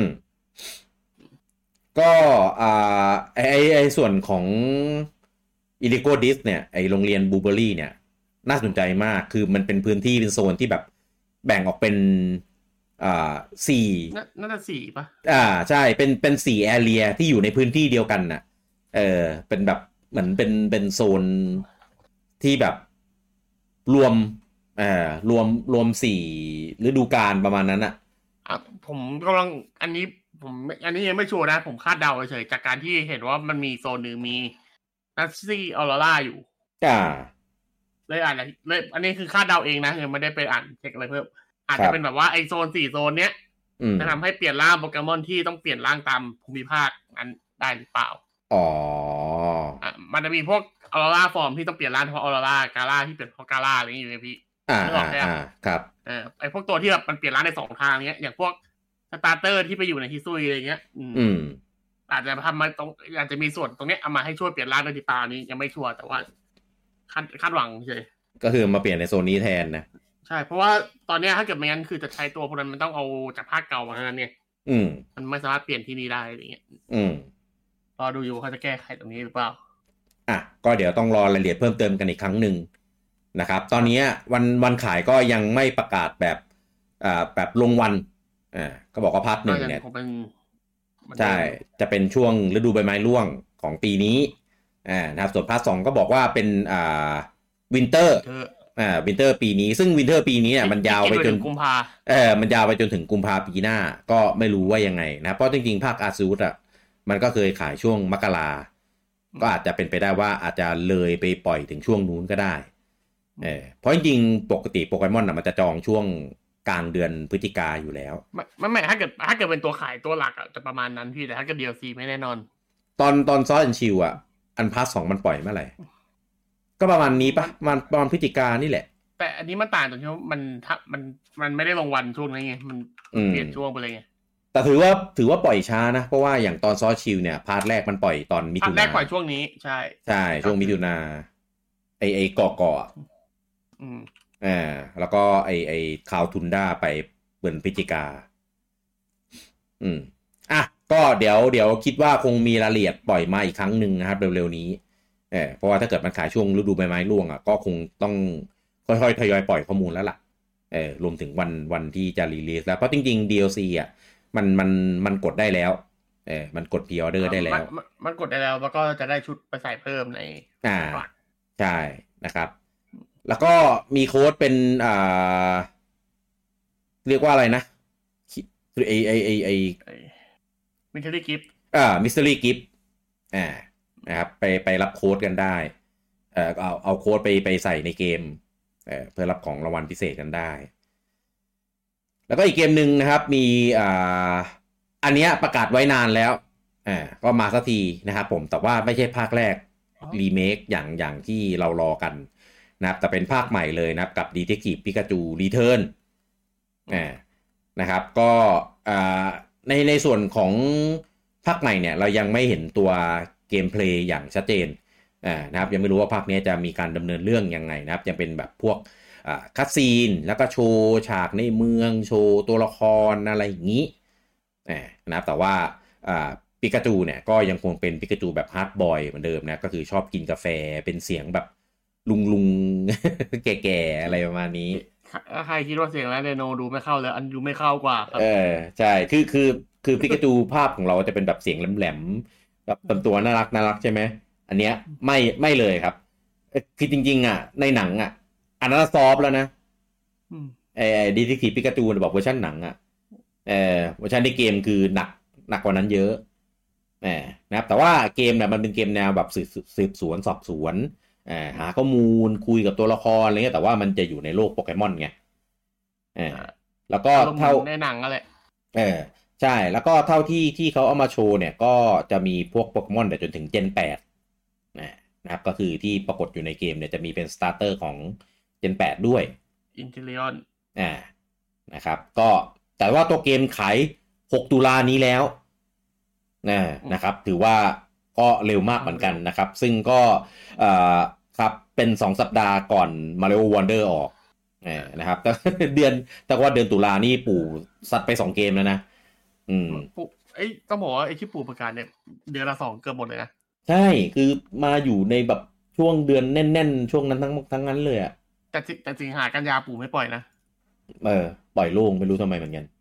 ก็ไอส่วนของอิลิโกดิสเนี่ยไอโรงเรียนบูเบอรี่เนี่ยน่าสนใจมากคือมันเป็นพื้นที่เป็นโซนที่แบบแบ่งออกเป็นสี่น่าจะสี่ป่ะใช่เป็นสี่แอเรียที่อยู่ในพื้นที่เดียวกันน่ะเป็นแบบเหมือนเป็นโซนที่แบบรวมสี่ฤดูกาลประมาณนั้นอ่ะผมกำลังอันนี้ยังไม่ชัวร์นะผมคาดเดาเฉยจากการที่เห็นว่ามันมีโซนหนึ่งมีนัซซี่ออโรราอยู่เลยอ่านเลยอันนี้คือคาดเดาเองนะยังไม่ได้ไปอ่านเช็คอะไรเพิ่มอาจจะเป็นแบบว่าไอโซน4โซนเนี้ยจะทำให้เปลี่ยนร่างโปเกมอนที่ต้องเปลี่ยนร่างตามภูมิภาคนั้นได้หรือเปล่ามันจะมีพวกออโรราฟอร์มที่ต้องเปลี่ยนร่างเฉพาะออโรรากาล่าที่เปลี่ยนเพราะกาล่าอะไรอย่างเงี้ยอยู่ในพี่นึกออกไหมครับไอพวกตัวที่แบบมันเปลี่ยนร่างใน2ทางเนี้ยอย่างพวกสตาร์เตอร์ที่ไปอยู่ในฮิซุยอะไรเงี้ยอาจจะทำมาตรงอาจจะมีส่วนตรงนี้เอามาให้ช่วยเปลี่ยนร่างด้วยติตานี้ยังไม่ชัวร์แต่ว่าคาดหวังเฉยก็คือมาเปลี่ยนในโซนนี้แทนนะใช่เพราะว่าตอนนี้ถ้าเกิดไม่งั้นคือจะใช้ตัวพวกนั้นมันต้องเอาจากภาคเก่ามาเนี่ยมันไม่สามารถเปลี่ยนที่นี่ได้อะไรเงี้ยรอดูอยู่เขาจะแก้ไขตรงนี้หรือเปล่าก็เดี๋ยวต้องรอรายละเอียดเพิ่มเติมกันอีกครั้งหนึ่งนะครับตอนนี้วันขายก็ยังไม่ประกาศแบบลงวันก็บอกว่าพาร์ทหนึ่งเนี่ยใช่จะเป็นช่วงฤดูใบไม้ร่วงของปีนี้นะครับส่วนพาร์ท 2ก็บอกว่าเป็นวินเตอร์ปีนี้ซึ่งวินเตอร์ปีนี้เนี่ยมันยาวไปจนกุมภามันยาวไปจนถึงกุมภาปีหน้าก็ไม่รู้ว่ายังไงนะเพราะจริงๆภาคอาซูสมันก็เคยขายช่วงมกราก็อาจจะเป็นไปได้ว่าอาจจะเลยไปปล่อยถึงช่วงนู้นก็ได้เพราะจริงๆปกติโปเกมอนมันจะจองช่วงกลางเดือนพฤศจิกาอยู่แล้วไม่ถ้าเกิดเป็นตัวขายตัวหลักจะประมาณนั้นพี่แต่ถ้าเกิด DLC ไม่แน่นอนตอนซอสแอนชิลอันพาร์ท 2มันปล่อยเมื่อไหร่ก็ประมาณนี้ปะประมาณพฤศจิกานี่แหละแต่อันนี้มันต่างตรงที่ว่ามันไม่ได้ลงวันช่วงนั้นไงมันเปลี่ยนช่วงไปเลยไงแต่ถือว่าปล่อยช้านะเพราะว่าอย่างตอนซอสชิลเนี่ยพาร์ทแรกมันปล่อยตอนมิถุนาพาร์ทแรกปล่อยช่วงนี้ใช่ช่วงมิถุนาไอเกาะแล้วก็ไอคาวทุนด้าไปเดือนพฤศจิกาก็เดี๋ยวคิดว่าคงมีรายละเอียดปล่อยมาอีกครั้งหนึ่งนะครับเร็วๆนี้เพราะว่าถ้าเกิดมันขายช่วงฤดูใบไม้ร่วงก็คงต้องค่อยๆทยอยปล่อยข้อมูลแล้วล่ะรวมถึงวันที่จะรีลีสแล้วเพราะจริงๆ DLC มันกดได้แล้วมันกดพรีออเดอร์ได้แล้วมันกดได้แล้วแล้วก็จะได้ชุดไปใส่เพิ่มในใช่นะครับแล้วก็มีโค้ดเป็นเรียกว่าอะไรนะมิสเตอรี่กิฟต์มิสเตอรี่กิฟต์นะครับไปรับโค้ดกันได้เอาโค้ดไปใส่ในเกมเพื่อรับของรางวัลพิเศษกันได้แล้วก็อีกเกมหนึ่งนะครับมีอันเนี้ยประกาศไว้นานแล้วก็มาสักทีนะครับผมแต่ว่าไม่ใช่ภาคแรกรีเมคอย่างที่เรารอกันนะครับแต่เป็นภาคใหม่เลยนะครับกับ Detective Pikachu Return นะครับก็ในส่วนของภาคใหม่เนี่ยเรายังไม่เห็นตัวเกมเพลย์อย่างชัดเจนนะครับยังไม่รู้ว่าภาคนี้จะมีการดำเนินเรื่องยังไงนะครับยังเป็นแบบพวกคัตซีนแล้วก็โชว์ฉากในเมืองโชว์ตัวละครอะไรอย่างนี้นะครับแต่ว่าปิกาจูเนี่ยก็ยังคงเป็นปิกาจูแบบฮาร์ดบอยเหมือนเดิมนะก็คือชอบกินกาแฟเป็นเสียงแบบลุง แก่ๆอะไรประมาณนี้ใครคิดว่าเสียงแล้วเรโนดูไม่เข้าแล้วอันดูไม่เข้ากว่าครับใช่คือคือปิกาจูภาพของเราจะเป็นแบบเสียงแหลมๆแบบตำตัวน่ารักใช่ไหมอันเนี้ยไม่เลยครับคือจริงๆอ่ะในหนังอ่ะอันนั้นซอฟแล้วนะดีทีปิกาจูบอกเวอร์ชันหนังอ่ะเวอร์ชันในเกมคือหนักกว่านั้นเยอะนะครับแต่ว่าเกมเนี่ยมันเป็นเกมแนวแบบสืบสวนสอบสวนหาข้อมูลคุยกับตัวละครอะไรเงี้ยแต่ว่ามันจะอยู่ในโลกโปเกมอนไงแล้วก็เท่าในหนังอะไรใช่แล้วก็เท่าที่เขาเอามาโชว์เนี่ยก็จะมีพวกโปเกมอนแต่จนถึงเจน8นะครับก็คือที่ปรากฏอยู่ในเกมเนี่ยจะมีเป็นสตาร์เตอร์ของเจน8ด้วยอินเทลิออนนะครับก็แต่ว่าตัวเกมขาย6ตุลานี้แล้วนะครับถือว่าก็เร็วมากเหมือนกันนะครับซึ่งก็ครับเป็น2สัปดาห์ก่อน Mario Wonder ออกนะครับแต่ว่าเดือนตุลานี่ปู่ซัดไป2เกมแล้วนะต้องบอกว่าไอ้ที่ปู่ประกาศเนี่ยเดือนละ2เกือบหมดเลยนะใช่คือมาอยู่ในแบบช่วงเดือนแน่นๆช่วงนั้นทั้งนั้นเลยอ่ะแต่สิงหากันยาปู่ไม่ปล่อยนะปล่อยโล่งไม่รู้ทำไมเหมือนกัน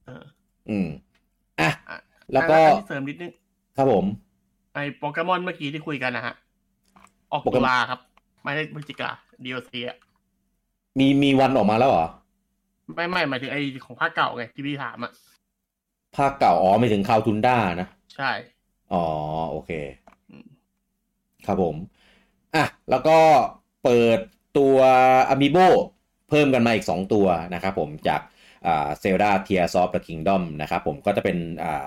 แล้วก็เสริมนิดนึงครับผมไอ้โปเกมอนเมื่อกี้ที่คุยกันนะฮะออกตุลาครับไม่ได้พฤศจิกา DLC อ่ะมีวันออกมาแล้วเหรอไม่หมายถึงไอ้ของภาคเก่าไงที่พี่ถามอ่ะภาคเก่าหมายถึงคาวทุนด้านะใช่โอเคครับผมแล้วก็เปิดตัว Amiibo เพิ่มกันมาอีก2ตัวนะครับผมจากZelda Tears of the Kingdom นะครับผมก็จะเป็น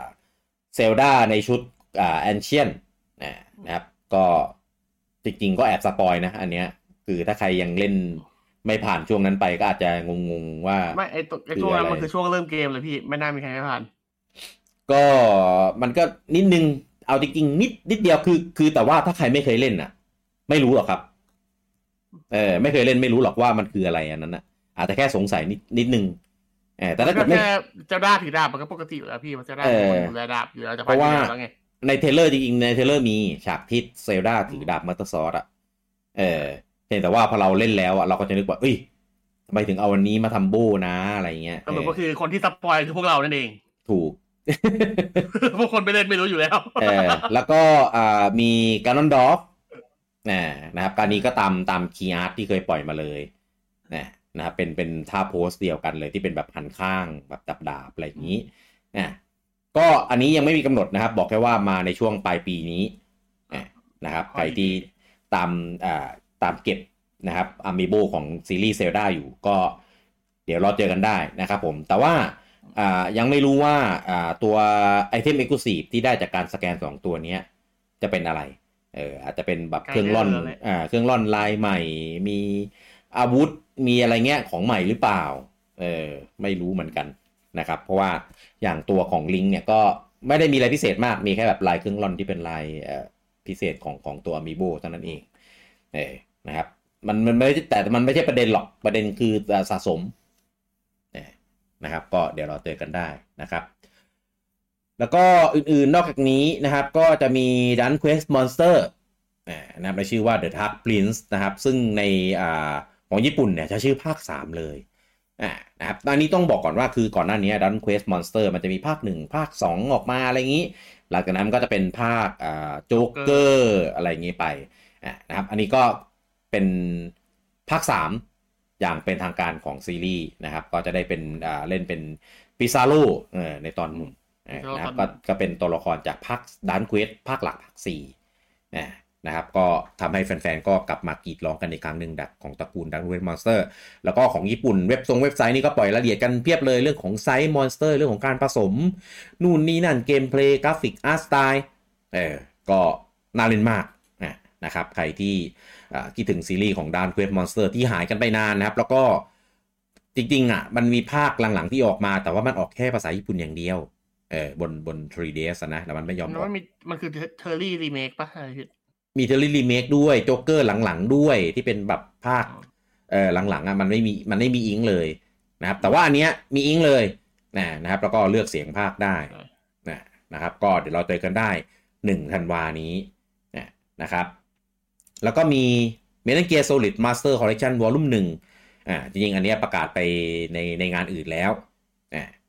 Zelda ในชุดAncient นะครับก็จริงๆก็แอบสปอยนะอันเนี้ยคือถ้าใครยังเล่นไม่ผ่านช่วงนั้นไปก็อาจจะงงๆว่าไม่ไอ้ช่วงนั้นมันคือช่วงเริ่มเกมเลยพี่ไม่น่ามีใครไม่ผ่านก็มันก็นิดนึงเอาจริงๆนิดเดียวคือแต่ว่าถ้าใครไม่เคยเล่นน่ะไม่รู้หรอกครับไม่เคยเล่นไม่รู้หรอกว่ามันคืออะไรอันนั้นน่ะอาจจะแค่สงสัยนิดนึงแต่ถ้าเกิดไม่เจ้าดาบถือดาบมันก็ปกติอยู่แล้วพี่มันจะได้ดูแลดาบอยู่แล้วจะเพราะว่าในเทเลอร์จริงๆในเทเลอร์มีฉากที่เซลดาถือดาบมัตเตอร์ซอร์อ่ะแต่ว่าพอเราเล่นแล้วอ่ะเราก็จะนึกว่าทำไมถึงเอาวันนี้มาทำโบนะอะไรเงี้ยก็คือคนที่สปอยคือพวกเรานั่นเองถูกพวกคนไปเล่นไม่รู้อยู่แล้วแล้วก็มีการ์นอนดอฟนะครับการนี้ก็ตามคีย์อาร์ตที่เคยปล่อยมาเลยนะครับเป็นท่าโพสเดียวกันเลยที่เป็นแบบหันข้างแบบดาบอะไรอย่างนี้ก็อันนี้ยังไม่มีกำหนดนะครับบอกแค่ว่ามาในช่วงปลายปีนี้นะครับใครที่ตามเก็บนะครับAmiiboของซีรีส์เซลดาอยู่ก็เดี๋ยวรอเจอกันได้นะครับผมแต่ว่ายังไม่รู้ว่าตัวไอเทมเอ็กซ์คลูซีฟที่ได้จากการสแกน2ตัวนี้จะเป็นอะไรอาจจะเป็นแบบเครื่องร่อนลายใหม่มีอาวุธมีอะไรเงี้ยของใหม่หรือเปล่าไม่รู้เหมือนกันนะครับเพราะว่าอย่างตัวของลิงเนี่ยก็ไม่ได้มีอะไรพิเศษมากมีแค่แบบลายเครื่องร่อนที่เป็นลายพิเศษของตัวAmiiboเท่านั้นเองนะครับมันไม่แต่มันไม่ใช่ประเด็นหรอกประเด็นคือสะสมนะครับก็เดี๋ยวเราเจอกันได้นะครับแล้วก็อื่นๆนอกจากนี้นะครับก็จะมี Dun Quest Monster นะครับในชื่อว่า The Dark Prince นะครับซึ่งในของญี่ปุ่นเนี่ยจะชื่อภาค3เลยนะครับตอนนี้ต้องบอกก่อนว่าคือก่อนหน้านี้ Dun Quest Monster มันจะมีภาค1ภาค2ออกมาอะไรอย่างนี้หลังจากนั้นก็จะเป็นภาคโจ๊กเกอร์อะไรอย่างนี้ไปนะครับอันนี้ก็เป็นภาค3อย่างเป็นทางการของซีรีส์นะครับก็จะได้เป็นเล่นเป็นปิซาโร่ในตอนหนุ่มนะครับก็เป็นตัวละครจากภาคดันเควสภาคหลักภาค4นะครับก็ทำให้แฟนๆก็กลับมากรีดร้องกันในครั้งหนึ่งของตระกูลดันเควสมอนสเตอร์แล้วก็ของญี่ปุ่นเว็บไซต์นี่ก็ปล่อยรายละเอียดกันเพียบเลยเรื่องของไซส์มอนสเตอร์เรื่องของการผสมนู่นนี่นั่นเกมเพลย์กราฟิกอาร์ตสไตล์ก็น่าเล่นมากนะครับใครที่คิดถึงซีรีส์ของ Dark Quest Monster ที่หายกันไปนานนะครับแล้วก็จริงๆมันมีภาคหลังๆที่ออกมาแต่ว่ามันออกแค่ภาษาญี่ปุ่นอย่างเดียวบน 3DS นะแล้วมันไม่ยอมออกมันคือเทอร์รี่รีเมคป่ะมีเทอร์รี่รีเมคด้วยโจ๊กเกอร์หลังๆด้วยที่เป็นแบบภาคหลังๆมันไม่มีอิงเลยนะครับแต่ว่าอันเนี้ยมีอิงเลยนะครับแล้วก็เลือกเสียงภาคได้นะครับก็เดี๋ยวเราเจอกันได้1 ธันวาคมนี้นะครับแล้วก็มี Metal Gear Solid Master Collection Volume 1จริงๆอันนี้ประกาศไปในงานอื่นแล้ว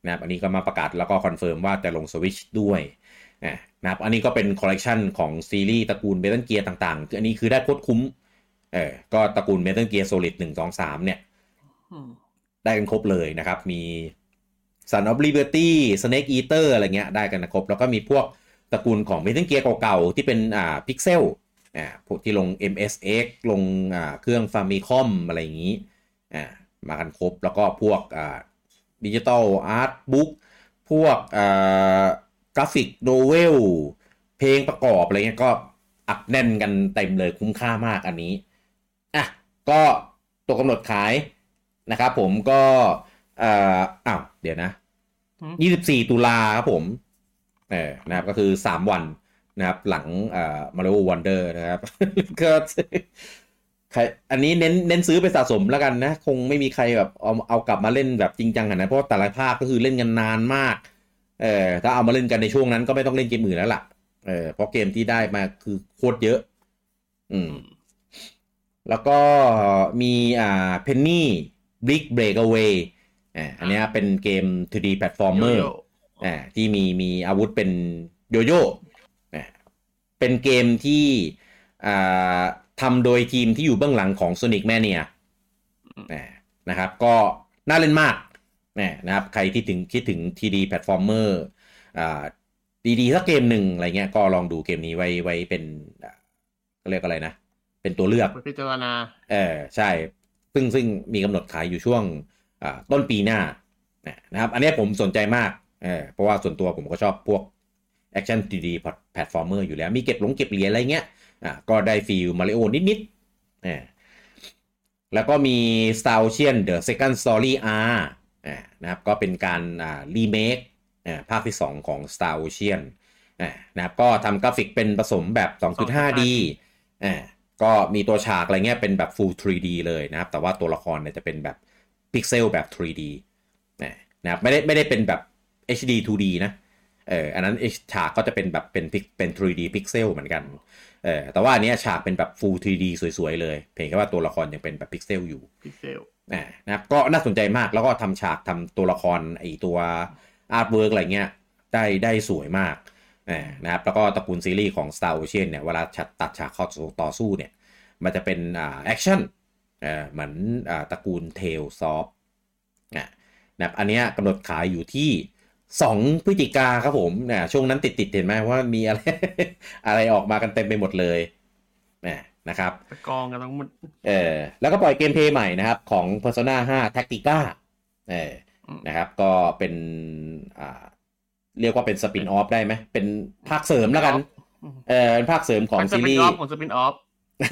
นะครับอันนี้ก็มาประกาศแล้วก็คอนเฟิร์มว่าจะลง Switch ด้วยนะครับอันนี้ก็เป็นคอลเลกชันของซีรีส์ตระกูล Metal Gear ต่างๆคืออันนี้คือได้โคตรคุ้มก็ตระกูล Metal Gear Solid 1 2 3เนี่ยได้กันครบเลยนะครับมี Son of Liberty Snake Eater อะไรเงี้ยได้กันครบแล้วก็มีพวกตระกูลของ Metal Gear เก่าๆที่เป็นพิกเซลพวกที่ลง MSX ลงเครื่อง Famicom อะไรอย่างงี้มากันครบแล้วก็พวกดิจิตอลอาร์ตบุ๊กพวกกราฟิกโนเวลเพลงประกอบอะไรเงี้ยก็อัดแน่นกันเต็มเลยคุ้มค่ามากอันนี้ก็ตัวกำหนดขายนะครับผมก็เดี๋ยวนะ24ตุลาครับผมนะครับก็คือ3วันนะครับหลังMario Wonder นะครับก็ใครอันนี้เน้นซื้อไปสะสมแล้วกันนะคงไม่มีใครแบบเอากลับมาเล่นแบบจริงจังขนาดนั้นเพราะแต่ละภาคก็คือเล่นกันนานมากถ้าเอามาเล่นกันในช่วงนั้นก็ไม่ต้องเล่นเกมอื่นแล้วล่ะเพราะเกมที่ได้มาคือโคตรเยอะแล้วก็มีPenny Brick Breakawayอันนี้เป็นเกม 2D platformer ที่มีอาวุธเป็นโยโย่เป็นเกมที่ทำโดยทีมที่อยู่เบื้องหลังของ Sonic Mania นะครับก็น่าเล่นมากนะครับใครที่คิดถึง 3D platformer ดีๆสักเกมหนึ่งอะไรเงี้ยก็ลองดูเกมนี้ไว้เป็นก็เรียกอะไรนะเป็นตัวเลือกพิจารณาใช่ซึ่งมีกำหนดขายอยู่ช่วงต้นปีหน้านะครับอันนี้ผมสนใจมากเพราะว่าส่วนตัวผมก็ชอบพวก Action 3D platformer อยู่แล้วมีเก็บเหรียญอะไรเงี้ยก็ได้ฟีลมาริโอนิดๆแล้วก็มี Star Ocean The Second Story R นะครับก็เป็นการรีเมคภาคที่2ของ Star Ocean นะครับก็ทำกราฟิกเป็นผสมแบบ 2.5D ก็มีตัวฉากอะไรเงี้ยเป็นแบบ Full 3D เลยนะครับแต่ว่าตัวละครเนี่ยจะเป็นแบบพิกเซลแบบ 3D นะครับไม่ได้เป็นแบบ HD 2D นะอันนั้นฉากก็จะเป็นแบบเป็น 3D พิกเซลเหมือนกันแต่ว่าอันนี้ฉากเป็นแบบ Full 3D สวยๆเลยเพียงแค่ว่าตัวละครยังเป็นแบบพิกเซลอยู่พิกเซลนะครับก็น่าสนใจมากแล้วก็ทำฉากทำตัวละครไอตัวอาร์ตเวิร์กอะไรเงี้ยได้สวยมากนะครับแล้วก็ตระกูลซีรีส์ของ Star Ocean เนี่ยเวลาตัดฉากต่อสู้เนี่ยมันจะเป็นแอคชั่นเหมือนตระกูล Tales of นะครับอันนี้กำหนดขายอยู่ที่2 พฤศจิกาครับผมช่วงนั้นติดเห็นไหมว่ามีอะไร อะไรออกมากันเต็มไปหมดเลยนะครับกองกันทั้งหมดแล้วก็ปล่อยเกมเพลย์ใหม่นะครับของ Persona 5 Tactica นะครับก็เป็นเรียกว่าเป็นสปินออฟได้ไหมเป็นภาคเสริมแล้วกันเป็นภาคเสริมของซีรีส์ของสปินออฟ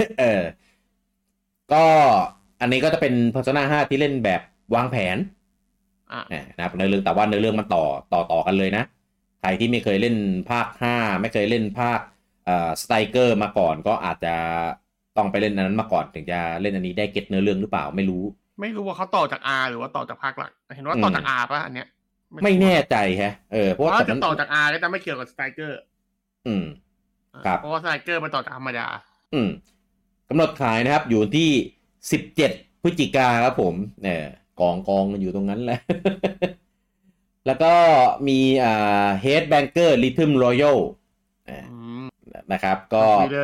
ก็อันนี้ก็จะเป็น Persona 5 ที่เล่นแบบวางแผนนะครับในเรื่องแต่ว่าในเรื่องมันต่อกันเลยนะใครที่ไม่เคยเล่นภาค5ไม่เคยเล่นภาคสไตรเกอร์มาก่อนก็อาจจะต้องไปเล่นอันนั้นมาก่อนถึงจะเล่นอันนี้ได้เก็ตเนื้อเรื่องหรือเปล่าไม่รู้ว่าเขาต่อจาก R หรือว่าต่อจากภาคหลักเห็นว่าต่อจาก R ป่ะอันเนี้ยไม่แน่ใจฮะเพราะว่าจะต่อจาก R แต่ไม่เกี่ยวกับสไตรเกอร์ครับเพราะว่าสไตรเกอร์มาต่อจากธรรมดากำหนดขายนะครับอยู่ที่17 พฤศจิกาครับผมกองอยู่ตรงนั้นแหละ แล้วก็มีHeadbanger Rhythm Royal นะครับก็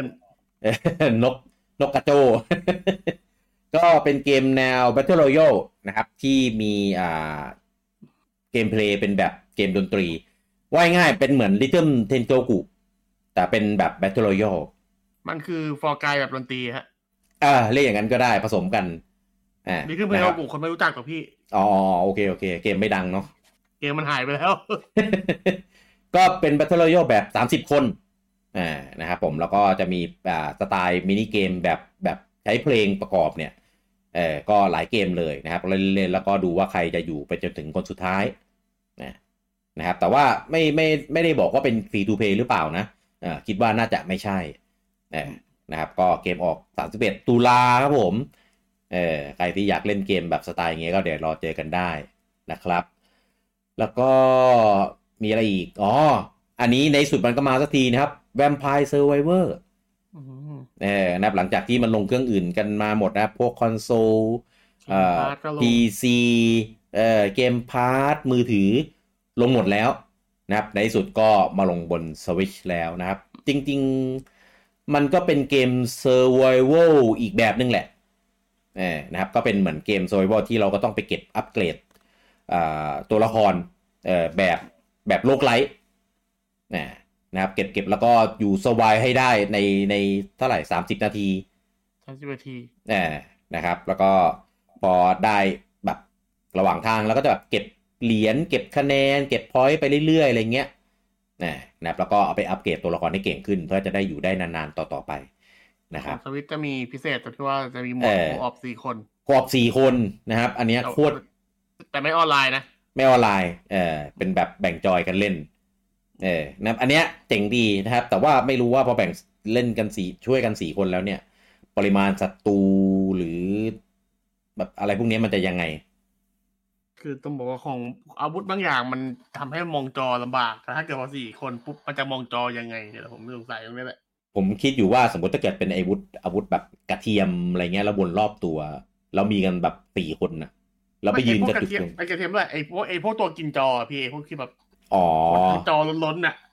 นกกระโจ ก็เป็นเกมแนว Battle Royale นะครับที่มีเกมเพลย์เป็นแบบเกมดนตรีว่าง่ายเป็นเหมือน Rhythm Tengoku แต่เป็นแบบ Battle Royale มันคือฟอร์กายแบบดนตรีฮะเรียกอย่างนั้นก็ได้ผสมกันนี่คือเพลงของกูคนไม่รู้จักกับพี่โอเคเกมไม่ดังเนาะเกมมันหายไปแล้วก็เป็น Battle Royale แบบ30 คนนะครับผมแล้วก็จะมีสไตล์มินิเกมแบบใช้เพลงประกอบเนี่ยก็หลายเกมเลยนะครับเล่นแล้วก็ดูว่าใครจะอยู่ไปจนถึงคนสุดท้ายนะครับแต่ว่าไม่ได้บอกว่าเป็น Free to Play หรือเปล่านะคิดว่าน่าจะไม่ใช่นะครับก็เกมออก31 ตุลาครับผมใครที่อยากเล่นเกมแบบสไตล์อย่างเงี้ยก็เดี๋ยวรอเจอกันได้นะครับแล้วก็มีอะไรอีกอันนี้ในสุดมันก็มาสักทีนะครับ Vampire Survivor นะครับหลังจากที่มันลงเครื่องอื่นกันมาหมดนะพวกคอนโซลPC เกมพาสมือถือลงหมดแล้วนะครับในที่สุดก็มาลงบน Switch แล้วนะครับจริงๆมันก็เป็นเกม Survival อีกแบบนึงแหละนะครับก็เป็นเหมือนเกม Survival ที่เราก็ต้องไปเก็บอัปเกรดตัวละครแบบโลกไลท์นะครับเก็บแล้วก็อยู่สวายให้ได้ในเท่าไหร่30 นาทีนะครับแล้วก็พอได้แบบระหว่างทางแล้วก็จะแบบเก็บเหรียญเก็บคะแนนเก็บพอยต์ไปเรื่อยๆอะไรเงี้ยนะครับแล้วก็เอาไปอัปเกรดตัวละครให้เก่งขึ้นเพื่อจะได้อยู่ได้นานๆต่อไปนะครับสวิตจะมีพิเศษตรงที่ว่าจะมีโหมดโคออฟ4 คนโคออฟ4 คนนะครับอันนี้โคตรแต่ไม่ออนไลน์นะไม่ออนไลน์เป็นแบบแบ่งจอยกันเล่นนะครับอันเนี้ยเจ๋งดีนะครับแต่ว่าไม่รู้ว่าพอแบ่งเล่นกันช่วยกัน4 คนแล้วเนี่ยปริมาณศัตรูหรือแบบอะไรพวกนี้มันจะยังไงคือต้องบอกว่าของอาวุธบางอย่างมันทำให้มองจอลำบากแต่ถ้าเกิดว่า4 คนปุ๊บมันจะมองจอยังไงเนี่ยผมสงสัยตรงนี้แหละผมคิดอยู่ว่าสมมติถ้าเกิดเป็นอาวุธแบบกระเทียมอะไรเงี้ยแล้ววนรอบตัวแล้วมีกันแบบ4 คนนะแล้วไปยืนกระตุกไอกระเทียมด้วยไอพวกตัวกินจอพี่พวกที่แบบจอล้นๆน่ะ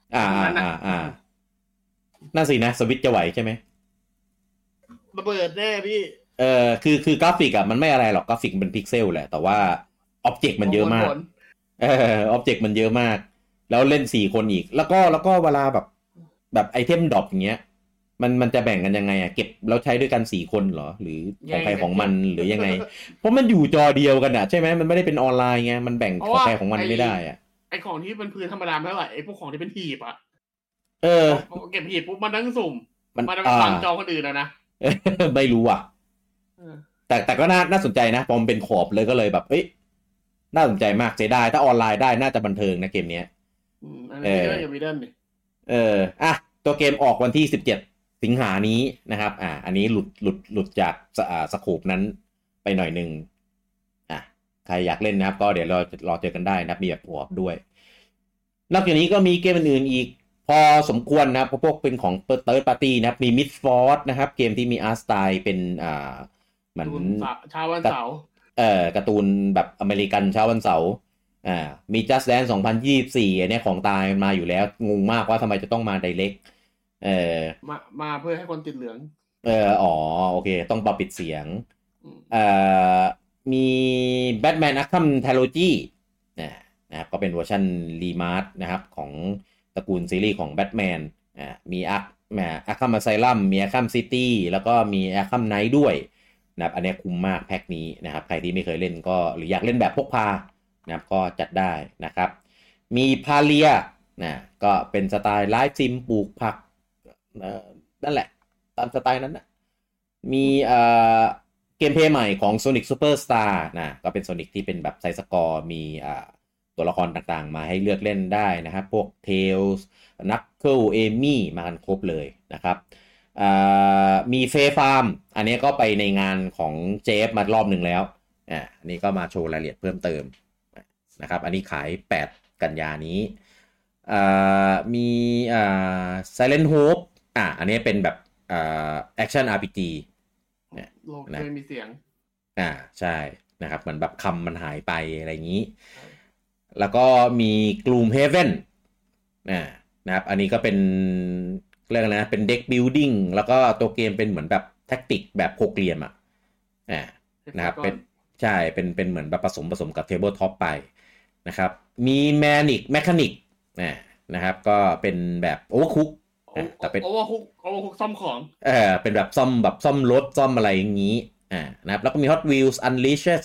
น่าสินะสวิตจะไหวใช่ไหมระเบิดแน่พี่คือกราฟิกมันไม่อะไรหรอกกราฟิกเป็นพิกเซลแหละแต่ว่าอ็อบเจกต์มันเยอะมากอ็อบเจกต์มันเยอะมากแล้วเล่น4 คนอีกแล้วก็เวลาแบบไอเทมดรอปอย่างเงี้ยมันจะแบ่งกันยังไงเก็บแล้วใช้ด้วยกัน4 คนเหรอหรือของใครของมันหรือยังไงเพราะมันอยู่จอเดียวกันใช่ไหมมันไม่ได้เป็นออนไลน์ไงมันแบ่งของใครของมันไม่ได้ไอของที่เป็นพื้นธรรมดาไม่เท่าไหร่ไอพวกของที่เป็นหีบเก็บหีบปุ๊บมันนั่งสุ่มมันไปฟังจอคนอื่นนะไม่รู้แต่ก็น่าสนใจนะพอมเป็นขอบเลยก็เลยแบบน่าสนใจมากเสียดายถ้าออนไลน์ได้น่าจะบันเทิงนะเกมนี้อันนี้ก็ยังมีเดินดิตัวเกมออกวันที่17 สิงหานี้นะครับอันนี้หลุดจากสโคปนั้นไปหน่อยนึงใครอยากเล่นนะครับก็เดี๋ยวเรารอเจอกันได้นะมีแบบขอบด้วยนอกจากนี้ก็มีเกมอื่นๆอีกพอสมควรนะพวกเป็นของThird Partyนะครับมี Midford นะครับเกมที่มีอาร์ตสไตล์เป็นเหมือนเช้าวันเสาร์การ์ตูนแบบอเมริกันเช้าวันเสาร์มี Just Dance 2024อันนี้ของตายมาอยู่แล้วงงมากว่าทำไมจะต้องมา Direct มาเพื่อให้คนติดเหลืองโอเคต้องปรับปิดเสียงมี Batman Arkham Trilogy นะครับก็เป็นเวอร์ชันรีมาสนะครับของตระกูลซีรีส์ของ Batman มีArkham Asylum มี Arkham City แล้วก็มี Arkham Knight ด้วยนะครับอันนี้คุ้มมากแพ็คนี้นะครับใครที่ไม่เคยเล่นก็หรืออยากเล่นแบบพกพานะครับก็จัดได้นะครับมีพาเลียก็เป็นสไตล์ไลฟ์ซิมปลูกผักนั่นแหละตามสไตล์นั้นนะมีเกมเพลย์ใหม่ของ Sonic Superstar ก็เป็น Sonic ที่เป็นแบบไซส์สกอร์มีตัวละครต่างๆมาให้เลือกเล่นได้นะครับพวก Tails Knuckles Amy มากันครบเลยนะครับมีเฟฟาร์มอันนี้ก็ไปในงานของเจฟมารอบหนึ่งแล้วอันนี้ก็มาโชว์รายละเอียดเพิ่มเติมนะครับอันนี้ขาย8 กันยานี้มีSilent Hopeอันนี้เป็นแบบAction RPG โลกเคยมีเสียงใช่นะครับเหมือนแบบคำมันหายไปอะไรอย่างนี้แล้วก็มี Gloom Haven นะครับอันนี้ก็เป็นเรื่องอะไรนะเป็นเด็กบิลดิ้งแล้วก็ตัวเกมเป็นเหมือนแบบแท็กติกแบบโคเกลียมนะครับเป็นใช่เป็นเหมือนแบบผสมกับเทเบิลท็อปไปนะครับมีแมคานิกนะครับก็เป็นแบบโอเวอร์คุกแต่เป็นโอเวอร์คุกซ่อมของเป็นแบบซ่อมรถซ่อมอะไรอย่างนี้นะครับแล้วก็มี Hot Wheels Unleashed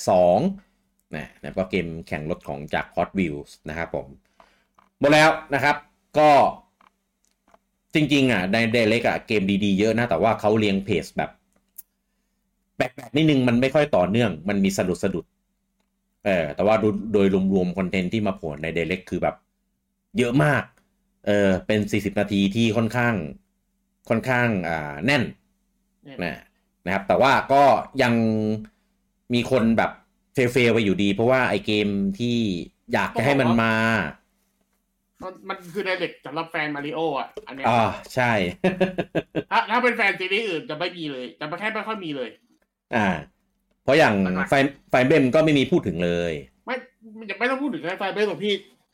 2นะครับก็เกมแข่งรถของจาก Hot Wheels นะครับผมหมดแล้วนะครับก็จริงๆใน Direct เกมดีๆเยอะนะแต่ว่าเขาเรียงเพจแบบแปลกๆนิดนึงมันไม่ค่อยต่อเนื่องมันมีสะดุดแต่ว่าโดยรวมๆคอนเทนต์ที่มาโผล่ใน Direct คือแบบเยอะมากเป็น40 นาทีที่ค่อนข้างแน่นนะครับแต่ว่าก็ยังมีคนแบบเฟลไปอยู่ดีเพราะว่าไอเกมที่อยากจะให้มันมามันคือในเด็กสำหรับแฟนมาริโออันนี้ใช่ถ้าเป็นแฟนซีรีส์อื่นจะไม่มีเลยจะแค่ไม่ค่อยมีเลยเพราะอย่างไฟเบมก็ไม่มีพูดถึงเลยไม่ต้องพูดถึงไฟเบมหรอกพี่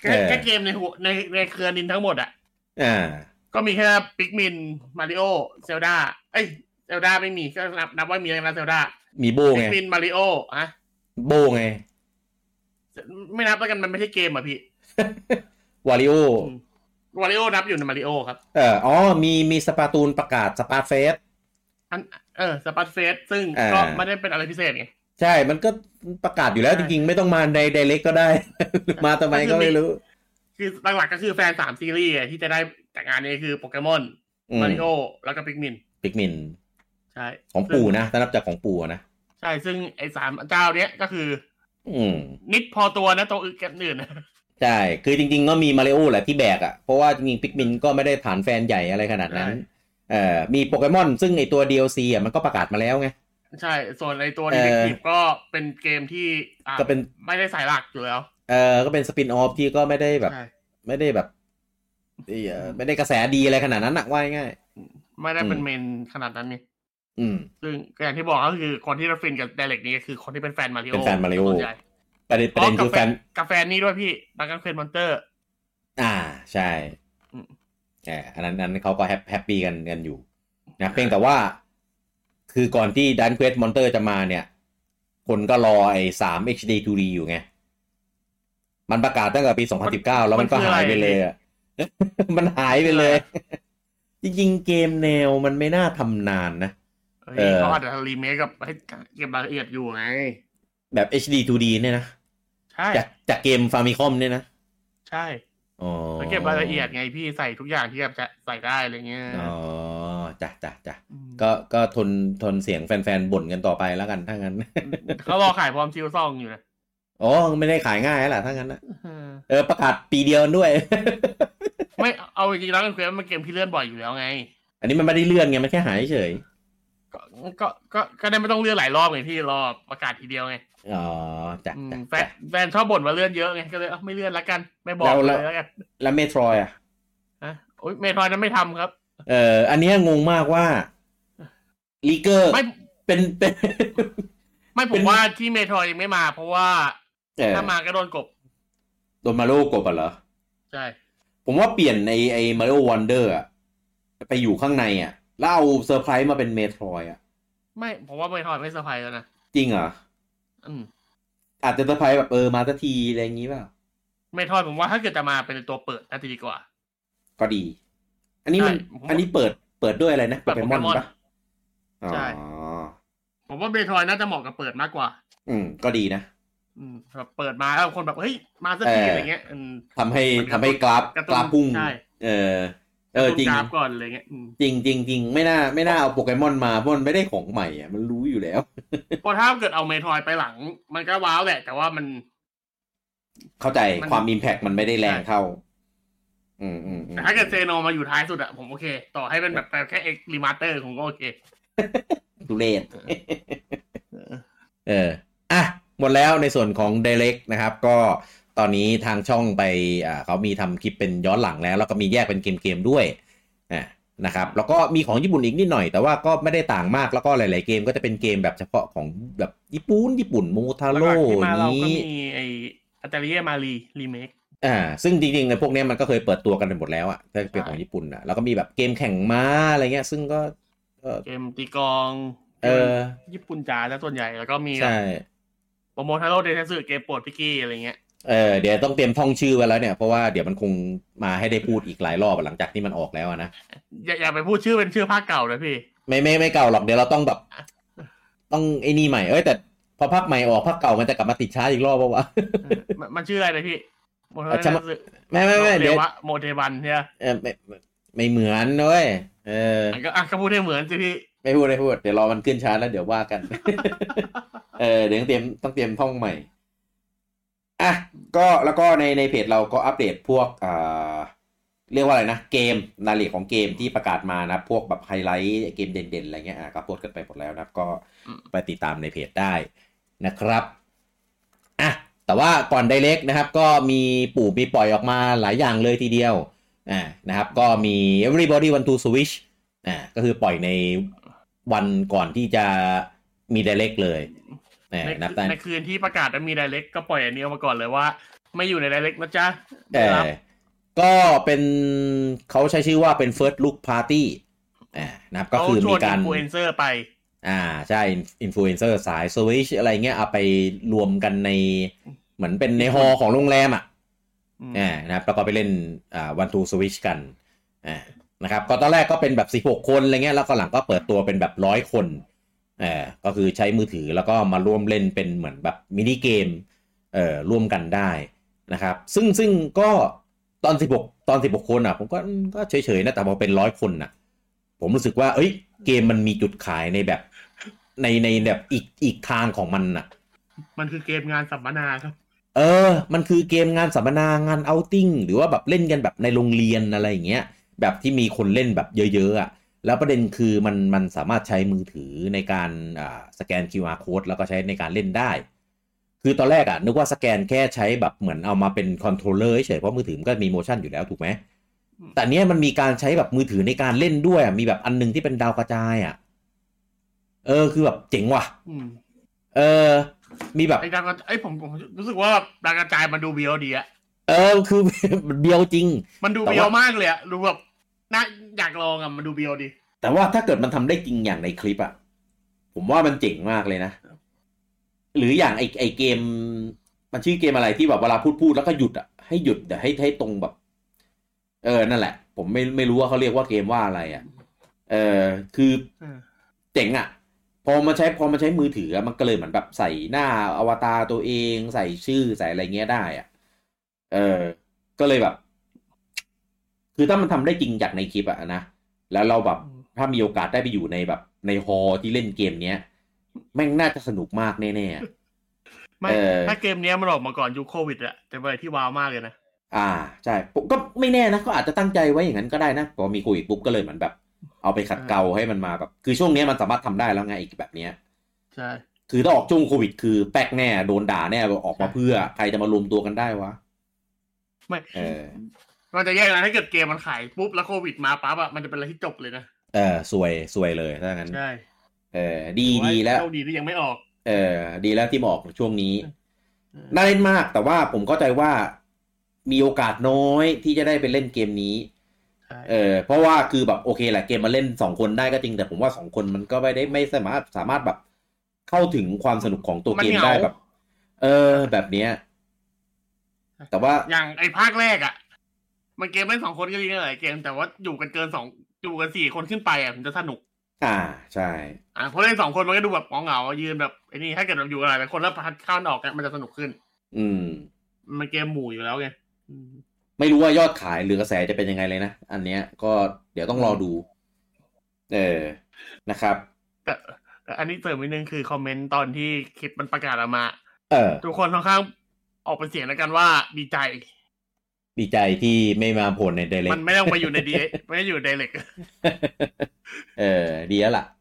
แค่เกมในหัวในเครือนินทั้งหมดอ่ะก็มีแค่ปิกมินมาริโอเซลดาเซลดาไม่มีก็นับว่ามีอะไรนะเซลดามีโบไงปิกมินมาริโอโบไงไม่นับแล้วกันมันไม่ใช่เกมอ่ะพี่วาริโอนับอยู่ในมาริโอครับมีสปาตูนประกาศสปาเฟสสปาเฟสซึ่งก็ไม่ได้เป็นอะไรพิเศษไงใช่มันก็ประกาศอยู่แล้วจริงๆไม่ต้องมาในไดเรกก็ได้มาทำไมก็ไม่รู้คือหลักๆก็คือแฟน3ซีรีส์ที่จะได้จากงานนี้คือโปเกมอนมาริโอแล้วก็ปิกมินใช่ของปู่นะถ้านับจากของปู่นะใช่ซึ่งไอ้3เจ้าเนี้ยก็คือนิดพอตัวนะตัวอื่นนะใช่คือจริงๆก็มีมาริโอแหละที่แบกอ่ะเพราะว่าจริงๆปิกมินก็ไม่ได้ฐานแฟนใหญ่อะไรขนาดนั้นมีโปเกมอนซึ่งไอตัว DLC อ่ะมันก็ประกาศมาแล้วไงใช่ส่วนไอตัว Detective ก็เป็นเกมที่ก็เป็นไม่ได้สายหลักอยู่แล้วก็เป็นสปินออฟที่ก็ไม่ได้แบบไม่ได้แบบไม่ได้กระแสดีอะไรขนาดนั้นน่ะว่าง่ายไม่ได้เป็นเมนขนาดนั้นนี่ซึ่งอย่างที่บอกก็คือคนที่รับฟินกับ Direct นี้ก็คือคนที่เป็นแฟนมาริโอเป็นแฟนมาริโอประเด็นคือแฟนกับแฟนนี่ด้วยพี่ดักกันเฟนมอนเตอร์ใช่อันนั้นเขาก็แฮปปี้กันอยู่นะเพียงแต่ว่าคือก่อนที่ดันเควสมอนเตอร์จะมาเนี่ยคนก็รอไอ้3 HD 2D อยู่ไงมันประกาศตั้งแต่ปี2019แล้วมันก็หายไปเลยอ่ะมันหายไปเลยจริงๆเกมแนวมันไม่น่าทำนานนะเขาอาจจะรีเมคกับให้เก็บรายละเอียดอยู่ไงแบบ HD 2D เนี่ยนะใช่จากเกมฟามิคอมเนี่ยนะใช่เก็บรายละเอียดไงพี่ใส่ทุกอย่างที่จะใส่ได้อะไรเงี้ยจ้ะก็ทนเสียงแฟนๆบ่นกันต่อไปแล้วกันถ้างั้นเขารอขายพร้อมชิลซองอยู่นะไม่ได้ขายง่ายแหละถ้างั้นนะประกาศปีเดียวด้วยไม่เอาจริงๆแล้วกันคือมันเกมที่เลื่อนบ่อยอยู่แล้วไงอันนี้มันไม่ได้เลื่อนไงมันแค่หายเฉยก็ได้ไม่ต้องเลื่อนหลายรอบไงพี่รอประกาศทีเดียวไงจ้ะแฟนชอบบ่นว่าเลื่อนเยอะไงก็เลยไม่เลื่อนแล้วกันไม่บอกเลยแล้วกันแล้วเมโทรยเมโทรยนั้นไม่ทำครับอันนี้งงมากว่าลีเกอร์ไม่เป็นไม่ผมว่าที่เมโทรยยังไม่มาเพราะว่าถ้ามาก็โดนมาโลกบเหรอใช่ผมว่าเปลี่ยนไอมาริโอวันเดอร์ไปอยู่ข้างในแล้วเอาเซอร์ไพรส์มาเป็นเมโทรยไม่ผมว่าเมโทรยไม่เซอร์ไพรส์แล้วนะจริงเหรออาจจะเซอร์ไพรส์แบบมาสักทีอะไรอย่างงี้ป่ะเมโทรยผมว่าถ้าเกิดจะมาเป็นตัวเปิดน่าจะดีกว่าก็ดีอันนี้เปิดด้วยอะไรนะโปเกมอนป่ะใช่ผมว่าเมโทรยน่าจะเหมาะกับเปิดมากกว่าก็ดีนะแบบเปิดมาแล้วคนแบบเฮ้ยมาสักทีอะไรเงี้ยทำให้กราฟพุ่งจริงก่อนอะไรเงี้ยจริงไม่น่าเอาโปเกมอนมาเพราะมันไม่ได้ของใหม่มันรู้อยู่แล้วพอถ้าเกิดเอาเมโทรยไปหลังมันก็ว้าวแหละแต่ว่ามันเข้าใจความอิมแพคมันไม่ได้แรงเท่าแต่ถ้าเกิดเซโนมาอยู่ท้ายสุดผมโอเคต่อให้เป็นแบบแค่เอ็กซ์รีมาสเตอร์ผมก็โอเคดูเลนหมดแล้วในส่วนของ Direct นะครับก็ตอนนี้ทางช่องไปเขามีทำคลิปเป็นย้อนหลังแล้วก็มีแยกเป็นเกมด้วยนะครับแล้วก็มีของญี่ปุ่นอีกนิดหน่อยแต่ว่าก็ไม่ได้ต่างมากแล้วก็หลายๆเกมก็จะเป็นเกมแบบเฉพาะของแบบญี่ปุ่นโมทาโร่นี้ไออัตาเลียมารีเมคซึ่งจริงๆในพวกนี้มันก็เคยเปิดตัวกันไปหมดแล้วถ้าเป็นของญี่ปุ่นแล้วก็มีแบบเกมแข่งม้าอะไรเงี้ยซึ่งก็เกมตีกองญี่ปุ่นจ๋าแล้วส่วนใหญ่แล้วก็มีโปรโมทาโร่เดทัสึเกมโปรดพี่กี้อะไรเงี้ยเดี๋ยวต้องเตรียมท่องชื่อไว้แล้วเนี่ยเพราะว่าเดี๋ยวมันคงมาให้ได้พูดอีกหลายรอบหลังจากที่มันออกแล้วนะอย่าไปพูดชื่อเป็นชื่อภาคเก่าเลยพี่ไม่เก่าหรอกเดี๋ยวเราต้องแบบต้องไอ้นี่ใหม่แต่พอภาคใหม่ออกภาคเก่ามันจะกลับมาติดช้าอีกรอบป่าวะมันชื่ออะไรนะพี่ไม่เดี๋ยวโมเทบันใช่ไหมไม่เหมือนด้วยก็พูดให้เหมือนสิพี่ไม่พูดเดี๋ยวรอมันขึ้นช้าแล้วเดี๋ยวว่ากันเดี๋ยวต้องเตรียมท่องใหม่ก็แล้วก็ในเพจเราก็อัปเดตพวกเรียกว่าอะไรนะเกมรายละเอียดของเกมที่ประกาศมานะพวกแบบไฮไลท์เกมเด่นๆอะไรเงี้ยก็โพสต์กันไปหมดแล้วนะก็ไปติดตามในเพจได้นะครับแต่ว่าก่อน Direct นะครับก็มีปล่อยออกมาหลายอย่างเลยทีเดียวนะครับก็มี Everybody Want to Switch ก็คือปล่อยในวันก่อนที่จะมี Direct เลยในคืนที่ประกาศว่ามี Direct ก็ปล่อยอันนี้ออกมาก่อนเลยว่าไม่อยู่ใน Direct นะจ๊ะก็เป็นเขาใช้ชื่อว่าเป็น First Look Party นะครับก็คือมีการอินฟลูเอนเซอร์ไปใช่อินฟลูเอนเซอร์สาย Switch อะไรเงี้ยเอาไปรวมกันในเหมือนเป็นในฮอลล์ของโรงแรมนะครับแล้วก็ไปเล่นOne to Switch กันนะครับก็ตอนแรกก็เป็นแบบ16คนอะไรเงี้ยแล้วก็หลังก็เปิดตัวเป็นแบบ100คนก็คือใช้มือถือแล้วก็มาร่วมเล่นเป็นเหมือนแบบมินิเกมร่วมกันได้นะครับซึ่งก็ตอน16คนผมก็เฉยๆนะแต่พอเป็น100คนผมรู้สึกว่าเกมมันมีจุดขายในแบบในแบบอีกทางของมันมันคือเกมงานสัมมนาครับมันคือเกมงานสัมมนางานเอาท์ติ้งหรือว่าแบบเล่นกันแบบในโรงเรียนอะไรอย่างเงี้ยแบบที่มีคนเล่นแบบเยอะๆแล้วประเด็นคือมันสามารถใช้มือถือในการสแกน QR code แล้วก็ใช้ในการเล่นได้คือตอนแรกนึกว่าสแกนแค่ใช้แบบเหมือนเอามาเป็นคอนโทรลเลอร์เฉยเพราะมือถือมันก็มีโมชั่นอยู่แล้วถูกไหมแต่เนี้ยมันมีการใช้แบบมือถือในการเล่นด้วยมีแบบอันนึงที่เป็นดาวกระจายคือแบบเจ๋งว่ะมีแบบผมรู้สึกว่าดาวกระจายมันดูเบียวดีคือเบียวจริงมันดูเบียวมากเลยดูแบบน่าอยากลองมันดูเบียวดีแต่ว่าถ้าเกิดมันทำได้จริงอย่างในคลิปผมว่ามันเจ๋งมากเลยนะหรืออย่างไอเกมมันชื่อเกมอะไรที่แบบเวลาพูดแล้วก็หยุดให้หยุดเดี๋ยวให้ตรงแบบนั่นแหละผมไม่รู้ว่าเขาเรียกว่าเกมว่าอะไรคือเจ๋งพอมาใช้มือถือมันก็เลยเหมือนแบบใส่หน้าอวตารตัวเองใส่ชื่อใส่อะไรเงี้ยได้ก็เลยแบบคือถ้ามันทำได้จริงจากในคลิปนะแล้วเราแบบถ้ามีโอกาสได้ไปอยู่ในแบบในฮอลล์ที่เล่นเกมเนี้ยแม่งน่าจะสนุกมากแน่ๆไม่ถ้าเกมนี้มันออกมาก่อนยุคโควิดจะเป็นอะไรที่ว้าวมากเลยนะใช่ผมก็ไม่แน่นะก็อาจจะตั้งใจไว้อย่างนั้นก็ได้นะพอมีโควิดปุ๊บก็เลยเหมือนแบบเอาไปขัดเกลาให้มันมาแบบคือช่วงนี้มันสามารถทำได้แล้วไงอีกแบบเนี้ยใช่คือถ้าออกช่วงโควิดคือแป๊กแน่โดนด่าแน่ออกมาเพื่อใครจะมารวมตัวกันได้วะไม่มันจะแย่นะถ้าเกิดเกมมันขายปุ๊บแล้วโควิดมาปั๊บมันจะเป็นอะไรที่จบเลยนะซวยเลยถ้างั้นใช่ดีแล้วดีที่ยังไม่ออกดีแล้วที่ออกช่วงนี้น่าเล่นมากแต่ว่าผมเข้าใจว่ามีโอกาสน้อยที่จะได้ไปเล่นเกมนี้เพราะว่าคือแบบโอเคแหละเกมมาเล่น2คนได้ก็จริงแต่ผมว่า2คนมันก็ไม่สามารถแบบเข้าถึงความสนุกของตัวเกมได้แบบแบบเนี้ยแต่ว่าอย่างไอ้ภาคแรกมันเกมเล่น2คนก็ดีกันหลายเกมแต่ว่าอยู่กันเกินอยู่กัน4คนขึ้นไปมันจะสนุกใช่เพราะเล่น2คนมันก็ดูแบบเหงายืนแบบไอ้นี่ถ้าเกิดเราอยู่อะไรคนแล้วพัดเข้าออกมันจะสนุกขึ้นมันเกมหมู่อยู่แล้วไงไม่รู้ว่ายอดขายหรือกระแสจะเป็นยังไงเลยนะอันเนี้ยก็เดี๋ยวต้องรอดูนะครับแต่อันนี้เสริมนิดนึงคือคอมเมนต์ตอนที่คลิปมันประกาศออกมาทุกคนค่อนข้างออกเป็นเสียงแล้วกันว่าดีใจที่ไม่มาผลใน Direct มันไม่ต้องไปอยู่ในไม่ได้อยู่ใน Direct ดีแล้วล่ะ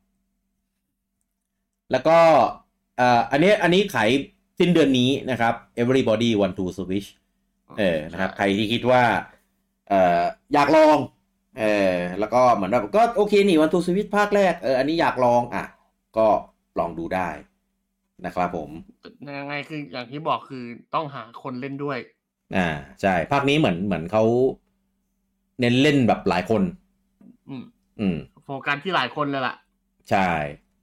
แล้วก็อันนี้ขายสิ้นเดือนนี้นะครับ Everybody Want to Switch นะครับใครที่คิดว่าอยากลองแล้วก็เหมือนแบบก็โอเคนี่ Want to Switch ภาคแรกอันนี้อยากลองก็ลองดูได้นะครับผมยังไงคืออย่างที่บอกคือต้องหาคนเล่นด้วยใช่ภาคนี้เหมือนเขาเน้นเล่นแบบหลายคนโฟกัสที่หลายคนเลยล่ะใช่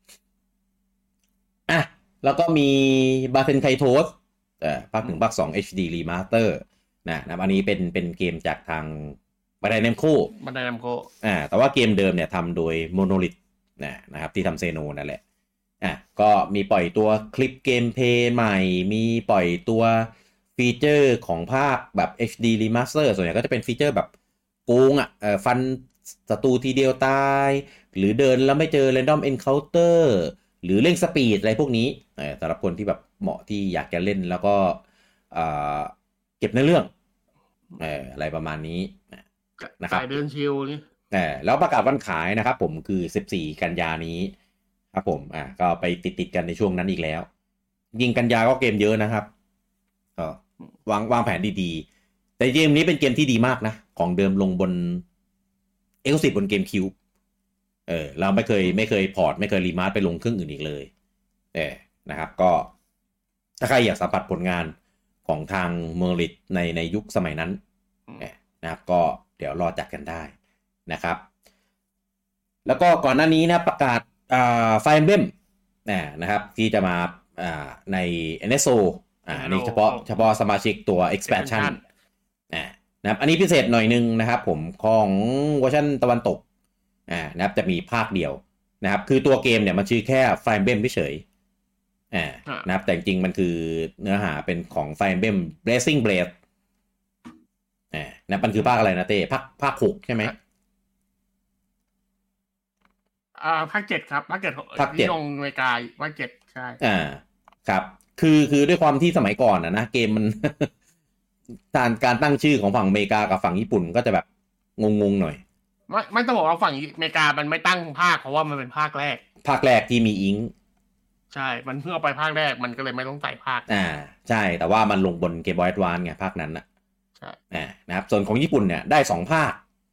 แล้วก็มีบาเทนไคโทสภาค1ภาค2 HD Remaster นะครับอันนี้เป็นเกมจากทางบันไดเนมโคแต่ว่าเกมเดิมเนี่ยทำโดย Monolith นะครับที่ทำเซโนนั่นแหละก็มีปล่อยตัวคลิปเกมเพลย์ใหม่มีปล่อยตัวฟีเจอร์ของภาคแบบ HD Remaster ส่วนใหญ่ก็จะเป็นฟีเจอร์แบบโกงฟันศัตรูทีเดียวตายหรือเดินแล้วไม่เจอ Random Encounter หรือเร่งสปีดอะไรพวกนี้สำหรับคนที่แบบเหมาะที่อยากจะเล่นแล้วก็เก็บในเรื่องอะไรประมาณนี้นะครับเดินชิลนี่แล้วประกาศวันขายนะครับผมคือ14กันยานี้ครับผมก็ไปติดกันในช่วงนั้นอีกแล้วยิงกันยาก็เกมเยอะนะครับก็วางแผนดีๆแต่เกมนี้เป็นเกมที่ดีมากนะของเดิมลงบน Exclusive บนเกมคิวเราไม่เคยพอร์ตไม่เคยรีมาสไปลงเครื่องอื่นอีกเลยนะครับก็ถ้าใครอยากสัมผัสผลงานของทางเมอริดในยุคสมัยนั้นนะครับก็เดี๋ยวรอจัดกันได้นะครับแล้วก็ก่อนหน้านี้นะประกาศไฟเอ็มเบมนะครับที่จะมาใน NSO นี่เฉพาะสมาชิกตัว expansion นะครับอันนี้พิเศษหน่อยนึงนะครับผมของเวอร์ชันตะวันตกนะครับจะมีภาคเดียวนะครับคือตัวเกมเนี่ยมันชื่อแค่ Fire Emblem เฉยนะครับแต่จริงๆมันคือเนื้อหาเป็นของ Fire Emblem Blazing Blade นะมันคือภาคอะไรนะเต้ภาค6ใช่ไหมภาค7ครับภาค7ที่ลงหน่วยกายภาค7ใช่ครับคือด้วยความที่สมัยก่อนนะเกมมัน การตั้งชื่อของฝั่งอเมริกากับฝั่งญี่ปุ่นก็จะแบบงงๆหน่อยไม่ต้องบอกว่าฝั่งอเมริกามันไม่ตั้งภาคเพราะว่ามันเป็นภาคแรกที่มีอิงใช่มันเพิ่งเอาไปภาคแรกมันก็เลยไม่ต้องใส่ภาคใช่แต่ว่ามันลงบนเกมบอยแอดวานซ์ไงภาคนั้นน่ะใช่นะครับส่วนของญี่ปุ่นเนี่ยได้2ภาค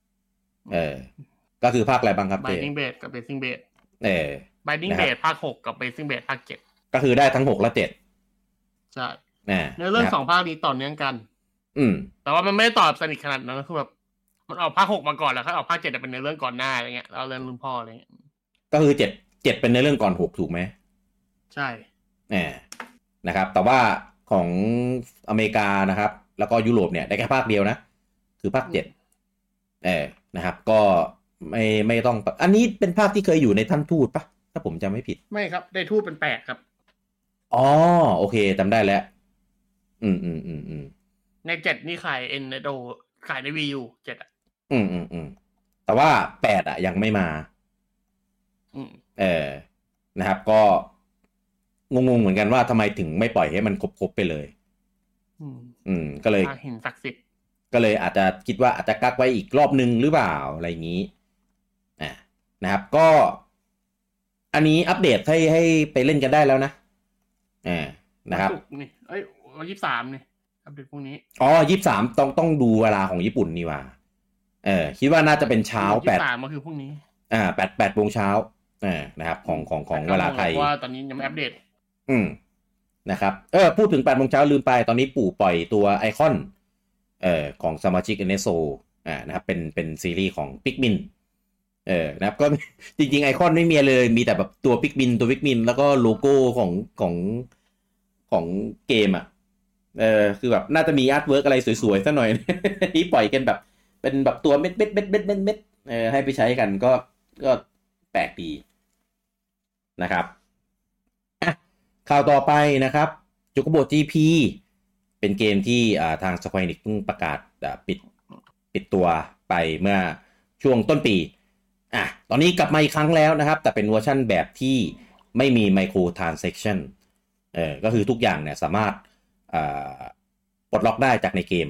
ก็คือภาคอะไรบ้างครับ Binding Blade กับ Blazing Blade Binding นะ Blade ภาค6กับ Blazing Blade ภาค7 ก็คือได้ทั้ง6และ7 ใช่ในเรื่อง2ภาคนี้ต่อเนื่องกันแต่ว่ามันไม่ตอบสนิทขนาดนั้นคือแบบมันออกภาค6มาก่อนแล้วค่อยออกภาค7เป็นในเรื่องก่อนหน้าอะไรเงี้ยแล้วเรื่องรุ่นพ่ออะไรเงี้ยก็คือ7เป็นในเรื่องก่อน6ถูกไหมใช่นะครับแต่ว่าของอเมริกานะครับแล้วก็ยุโรปเนี่ยได้แค่ภาคเดียวนะคือภาค7นะครับก็ไม่ต้องอันนี้เป็นภาคที่เคยอยู่ในท่านทูตปะถ้าผมจำไม่ผิดไม่ครับได้ทูตเป็น8ครับอ๋อโอเคจำได้แล้วใน7นี่ขายNintendoขายใน Wii U 7 แต่ว่า8ยังไม่มานะครับก็งงๆเหมือนกันว่าทำไมถึงไม่ปล่อยให้มันครบไปเลยก็เลยหินศักดิ์สิทธิ์ก็เลยอาจจะคิดว่าอาจจะกักไว้อีกรอบนึงหรือเปล่าอะไรอย่างนี้นะครับก็อันนี้อัปเดตให้ไปเล่นกันได้แล้วนะนะครับนี่23นี่อัปเดตพรุ่งนี้อ๋อ23ต้องดูเวลาของญี่ปุ่นนี่ว่าคิดว่าน่าจะเป็นเช้า 23ก็คือพรุ่งนี้ 8โมงเช้านะครับของเวลาไทยว่าตอนนี้ยังไม่อัปเดตนะครับพูดถึง8โมงเช้าลืมไปตอนนี้ปู่ปล่อยตัวไอคอนของสมาชิก NSO นะครับเป็นซีรีส์ของ Pikmin นะครับก็จริงๆไอคอนไม่มีเลยมีแต่แบบตัว Pikmin แล้วก็โลโก้ของเกมคือแบบน่าจะมีอาร์ตเวิร์กอะไรสวยๆซะหน่อย ที่ปล่อยกันแบบเป็นแบบตัวเม็ดให้ไปใช้กันก็แปลกดีนะครับข่าวต่อไปนะครับจูโกโบ GP เป็นเกมที่ทาง Square Enix เพิ่งประกาศปิดตัวไปเมื่อช่วงต้นปีตอนนี้กลับมาอีกครั้งแล้วนะครับแต่เป็นเวอร์ชั่นแบบที่ไม่มี Micro Transaction ก็คือทุกอย่างเนี่ยสามารถปลดล็อกได้จากในเกม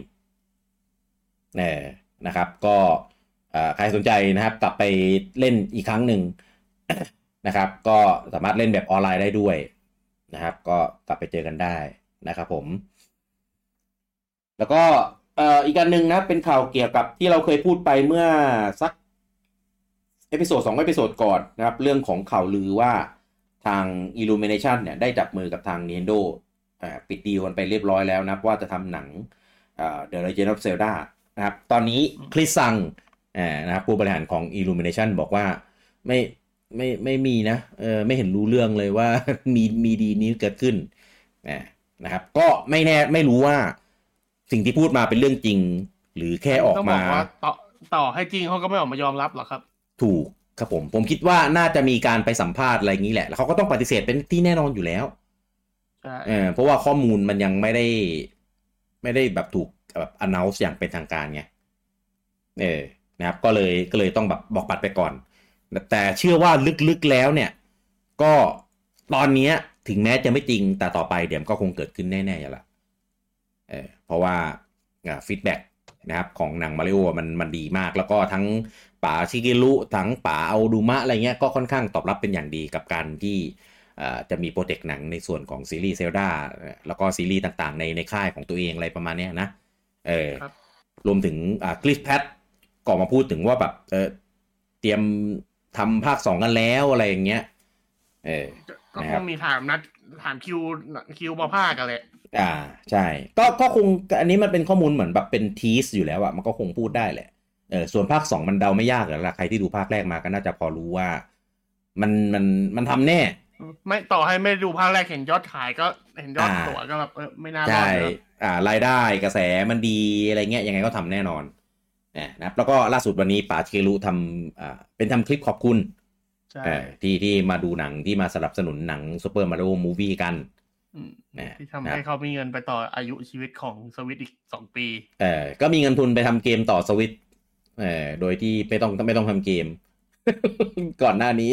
นะครับก็ใครสนใจนะครับกลับไปเล่นอีกครั้งหนึ่งนะครับก็สามารถเล่นแบบออนไลน์ได้ด้วยนะครับก็กลับไปเจอกันได้นะครับผมแล้วก็อีกอันนึงนะเป็นข่าวเกี่ยวกับที่เราเคยพูดไปเมื่อสักเอพิโซด2เอพิโซดก่อนนะครับเรื่องของข่าวลือว่าทาง Illumination เนี่ยได้จับมือกับทาง Nintendo ปิดดีลกันไปเรียบร้อยแล้วนะว่าจะทำหนังThe Legend of Zelda นะครับตอนนี้คริสซังนะครับผู้บริหารของ Illumination บอกว่าไม่มีนะไม่เห็นรู้เรื่องเลยว่ามีดีนี้เกิดขึ้นนะครับก็ไม่รู้ว่าสิ่งที่พูดมาเป็นเรื่องจริงหรือแค่ออกมาต่อให้จริงเขาก็ไม่ออกมายอมรับหรอกครับถูกครับผมคิดว่าน่าจะมีการไปสัมภาษณ์อะไรอย่างนี้แหละแล้วเขาก็ต้องปฏิเสธเป็นที่แน่นอนอยู่แล้วเพราะว่าข้อมูลมันยังไม่ได้แบบถูกแบบ announce อย่างเป็นทางการไงนะครับก็เลยต้องแบบบอกปัดไปก่อนแต่เชื่อว่าลึกๆแล้วเนี่ยก็ตอนนี้ถึงแม้จะไม่จริงแต่ต่อไปเดี๋ยวก็คงเกิดขึ้นแน่ๆอยู่ละเพราะว่าฟีดแบ็กนะครับของหนังมาริโอมันดีมากแล้วก็ทั้งป๋าชิกิรุทั้งป๋าอาดูมะอะไรเงี้ยก็ค่อนข้างตอบรับเป็นอย่างดีกับการที่จะมีโปรเจกต์หนังในส่วนของซีรีส์เซลดาแล้วก็ซีรีส์ต่างๆในค่ายของตัวเองอะไรประมาณนี้นะรวมถึงคริสแพทก็มาพูดถึงว่าแบบเตรียมทำภาค2กันแล้วอะไรอย่างเงี้ยก็คงมีถามถามคิวมาภาคกันเลยใช่ก็คงอันนี้มันเป็นข้อมูลเหมือนแบบเป็นทีสอยู่แล้วอะมันก็คงพูดได้แหละส่วนภาค2มันเดาไม่ยากหรอกใครที่ดูภาคแรกมาก็น่าจะพอรู้ว่ามันทำแน่ไม่ต่อให้ไม่ดูภาคแรกเห็นยอดขายก็เห็นยอดตั๋วก็แบบไม่น่ารอดเลยรายได้กระแสมันดีอะไรเงี้ยยังไงก็ทำแน่นอนนะครับแล้วก็ล่าสุดวันนี้ป๋าเชรุทำเป็นทำคลิปขอบคุณที่มาดูหนังที่มาสนับสนุนหนังซูเปอร์มาริโอมูฟวี่กันที่ทำให้เขามีเงินไปต่ออายุชีวิตของสวิตอีก2 ปีก็มีเงินทุนไปทำเกมต่อสวิตโดยที่ไม่ต้องทำเกม ก่อนหน้านี้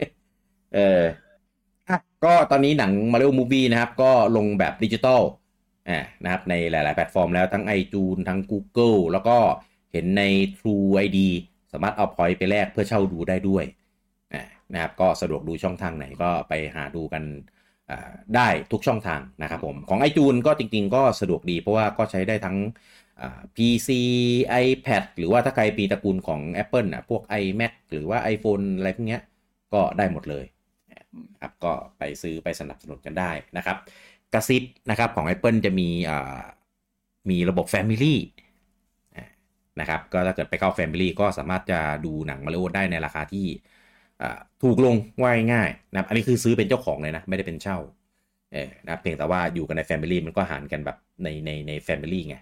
ก็ตอนนี้หนัง Mario Movie นะครับก็ลงแบบดิจิตอลนะครับในหลายๆแพลตฟอร์มแล้วทั้ง iTunes ทั้ง Google แล้วก็เห็นใน True ID สามารถเอา point ไปแลกเพื่อเช่าดูได้ด้วยนะครับก็สะดวกดูช่องทางไหนก็ไปหาดูกันได้ทุกช่องทางนะครับผมของ iTunes ก็จริงๆก็สะดวกดีเพราะว่าก็ใช้ได้ทั้งPC iPad หรือว่าถ้าใครปีตระกูลของ Apple พวก iMac หรือว่า iPhone อะไรพวกเนี้ยก็ได้หมดเลยครับก็ไปซื้อไปสนับสนุนกันได้นะครับกระซิบนะครับของ Apple จะมีระบบ Family นะครับก็ถ้าเกิดไปเข้า Family ก็สามารถจะดูหนังมาริโอได้ในราคาที่ถูกลงว่าง่ายนะครับอันนี้คือซื้อเป็นเจ้าของเลยนะไม่ได้เป็นเช่านะเพียงแต่ว่าอยู่กันใน Family มันก็หารกันแบบใน Family ไง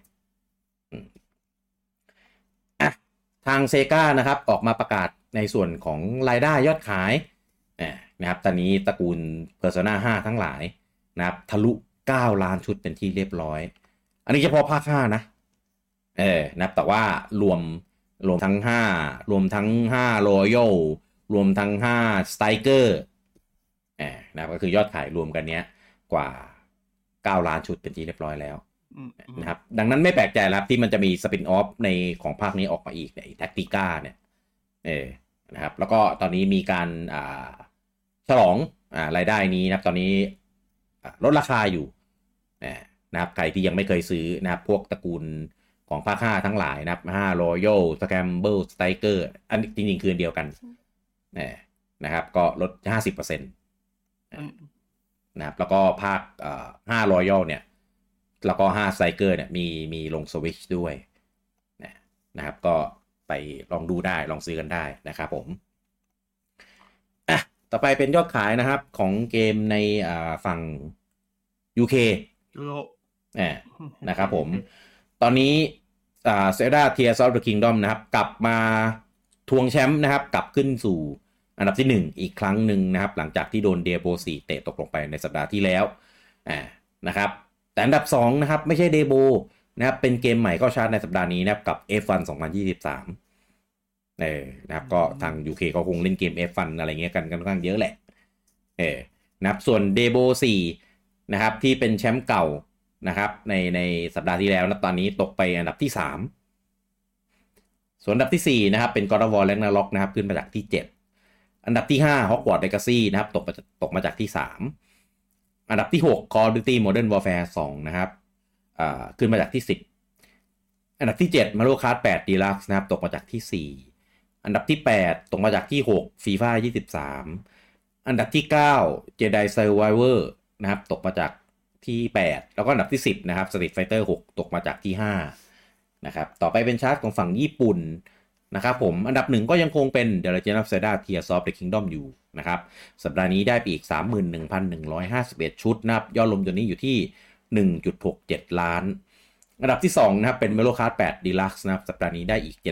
ทางเซกานะครับออกมาประกาศในส่วนของรายได้ยอดขายนะครับตอนนี้ตระกูล Persona 5 ทั้งหลายนะครับทะลุ9 ล้านชุดเป็นที่เรียบร้อยอันนี้เฉพาะภาค5นะนะครับแต่ว่ารวมทั้ง5รวมทั้ง5 Royal รวมทั้ง5 Striker นะครับก็คือยอดขายรวมกันเนี้ยกว่า9 ล้านชุดเป็นที่เรียบร้อยแล้วนะครับดังนั้นไม่แปลกใจแล้วที่มันจะมีสปินออฟในของภาคนี้ออกมาอีกในแท็กติก้าเนี่ยนะครับแล้วก็ตอนนี้มีการฉลองรายได้นี้นะครับตอนนี้ลดราคาอยู่นะครับใครที่ยังไม่เคยซื้อนะครับพวกตระกูลของภาค5ทั้งหลายนะครับ5 Royal Scramble Striker อันจริงๆคือเดียวกันนะครับก็ลด 50% นะครับแล้วก็ภาค5 Royal เนี่ยแล้วก็5 Striker เนี่ยมีลง Switch ด้วยนะครับก็ไปลองดูได้ลองซื้อกันได้นะครับผมต่อไปเป็นยอดขายนะครับของเกมในฝั่ง UK นะครับผมตอนนี้Zelda Tears of the Kingdom นะครับกลับมาทวงแชมป์นะครับกลับขึ้นสู่อันดับที่1อีกครั้งหนึ่งนะครับหลังจากที่โดน Diablo 4เตะตกลงไปในสัปดาห์ที่แล้วนะครับแต่อันดับ2นะครับไม่ใช่ Diablo นะครับเป็นเกมใหม่เข้าชาร์ตในสัปดาห์นี้นะครับกับ F1 2023นะครับก็ทาง UK ก็คงเล่นเกม F1 อะไรเงี้ยกันค่อนข้างเยอะแหละนะครับส่วน Diablo 4นะครับที่เป็นแชมป์เก่านะครับในสัปดาห์ที่แล้วนะตอนนี้ตกไปอันดับที่3ส่วนอันดับที่4นะครับเป็น God of War Ragnarok นะครับขึ้นมาจากที่7อันดับที่5 Hogwarts Legacy นะครับตกมาจากที่3อันดับที่6 Call of Duty Modern Warfare 2นะครับขึ้นมาจากที่10อันดับที่7 Mario Kart 8 Deluxe นะครับตกมาจากที่4อันดับที่8ตกมาจากที่6 FIFA 23อันดับที่9 Jedi Survivor นะครับตกมาจากที่8แล้วก็อันดับที่10นะครับ Street Fighter 6ตกมาจากที่5นะครับต่อไปเป็นชาร์ตของฝั่งญี่ปุ่นนะครับผมอันดับ1ก็ยังคงเป็น The Legend of Zelda Tears of the Kingdom อยู่นะครับสัปดาห์นี้ได้ไปอีก 31,151 ชุดนะครับยอดรวมตัวนี้อยู่ที่ 1.67 ล้านอันดับที่2นะครับเป็น Mario Kart 8 Deluxe นะครับสัปดาห์นี้ได้อีก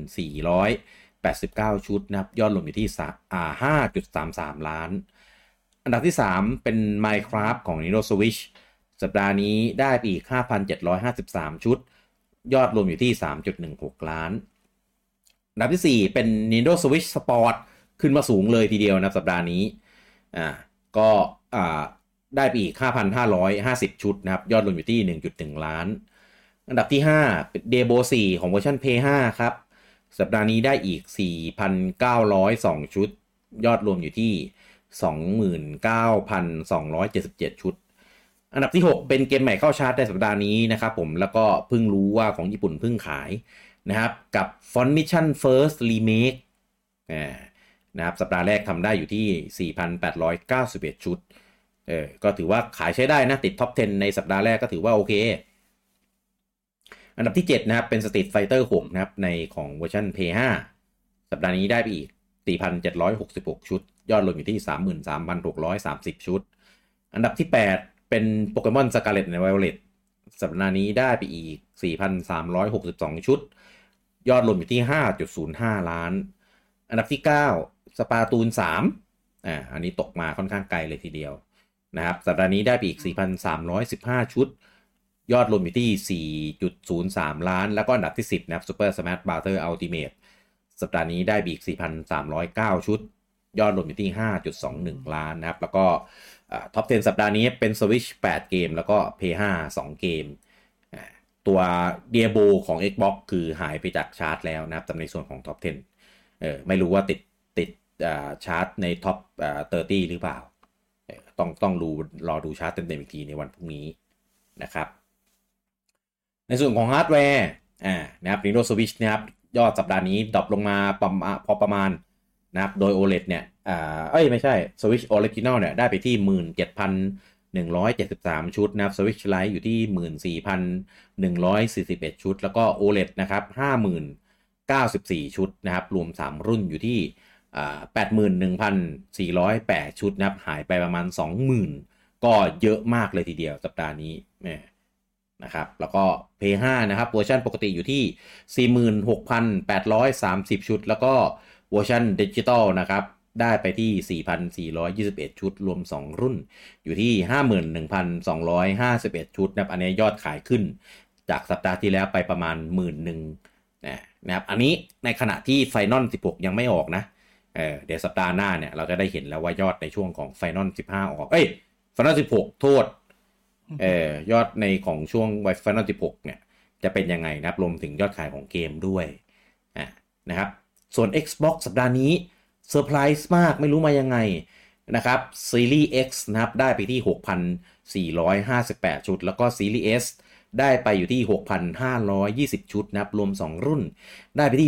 7,489 ชุดนะครับยอดรวมอยู่ที่ 5.33 ล้านอันดับที่3เป็น Minecraft ของ Nintendo Switch สัปดาห์นี้ได้ไปอีก 5,753 ชุดยอดรวมอยู่ที่ 3.16 ล้านอันดับที่4เป็น Nintendo Switch Sport ขึ้นมาสูงเลยทีเดียวนะสัปดาห์นี้ก็ได้ไปอีก 5,550 ชุดนะครับยอดรวมอยู่ที่ 1.1 ล้านอันดับที่5เป็น Diablo 4ของเวอร์ชัน PS5 ครับสัปดาห์นี้ได้อีก 4,902 ชุดยอดรวมอยู่ที่ 29,277 ชุดอันดับที่6เป็นเกมใหม่เข้าชาร์ตในสัปดาห์นี้นะครับผมแล้วก็เพิ่งรู้ว่าของญี่ปุ่นเพิ่งขายนะครับกับ Font Mission First Remake นะครับสัปดาห์แรกทำได้อยู่ที่ 4,891 ชุดก็ถือว่าขายใช้ได้นะติดท็อป 10 ในสัปดาห์แรกก็ถือว่าโอเคอันดับที่7นะครับเป็น Street Fighter 6นะครับในของเวอร์ชัน PS5 สัปดาห์นี้ได้ไปอีก 4,766 ชุดยอดรวมอยู่ที่ 33,630 ชุดอันดับที่8เป็น Pokemon Scarlet and Violet สัปดาห์นี้ได้ไปอีก 4,362 ชุดยอดรวมอยู่ที่ 5.05 ล้านอันดับที่9 Splatoon 3อันนี้ตกมาค่อนข้างไกลเลยทีเดียวนะครับสัปดาห์นี้ได้ไปอีก 4,315 ชุดยอดรวมอยู่ที่ 4.03 ล้านแล้วก็อันดับที่10นะครับ Super Smash Bros Ultimate สัปดาห์นี้ได้ไปอีก 4,309 ชุดยอดรวมอยู่ที่ 5.21 ล้านนะครับแล้วก็ท็อป 10 สัปดาห์นี้เป็น Switch 8 เกมแล้วก็ PS5 2 เกมตัว Diablo ของ Xbox คือหายไปจากชาร์ตแล้วนะครับในส่วนของท็อป 10ไม่รู้ว่าติดชาร์ตในท็อป30 หรือเปล่าต้องรอดูชาร์ตเต็มๆอีกทีในวันพรุ่งนี้นะครับในส่วนของฮาร์ดแวร์นะครับ Nintendo Switch นะครับยอดสัปดาห์นี้ดรอปลงมาพอประมาณนะครับโดย OLED เนี่ยไม่ใช่ Switch Original เนี่ยได้ไปที่ 17,173 ชุดนะครับ Switch Lite อยู่ที่ 14,141 ชุดแล้วก็ OLED นะครับ50,094 ชุดนะครับรวม3รุ่นอยู่ที่81,408 ชุดนะครับหายไปประมาณ 20,000 ก็เยอะมากเลยทีเดียวสัปดาห์นี้นะครับแล้วก็ PS5 นะครับเวอร์ชันปกติอยู่ที่ 46,830 ชุดแล้วก็เวอร์ชันดิจิตอลนะครับได้ไปที่ 4,421 ชุดรวม2รุ่นอยู่ที่ 51,251 ชุดนะครับอันนี้ยอดขายขึ้นจากสัปดาห์ที่แล้วไปประมาณ 10,000 นะครับอันนี้ในขณะที่ Final 16 ยังไม่ออกนะเดี๋ยวสัปดาห์หน้าเนี่ยเราจะได้เห็นแล้วว่ายอดในช่วงของ Final 15 ออกFinal 16 โทษยอดในของช่วง Final 16 เนี่ยจะเป็นยังไงนะครับรวมถึงยอดขายของเกมด้วยนะครับส่วน Xbox สัปดาห์นี้เซอร์ไพรส์มากไม่รู้มายังไงนะครับ Series X นะครับได้ไปที่ 6,458 ชุดแล้วก็ Series S ได้ไปอยู่ที่ 6,520 ชุดนะครับรวม2รุ่นได้ไปที่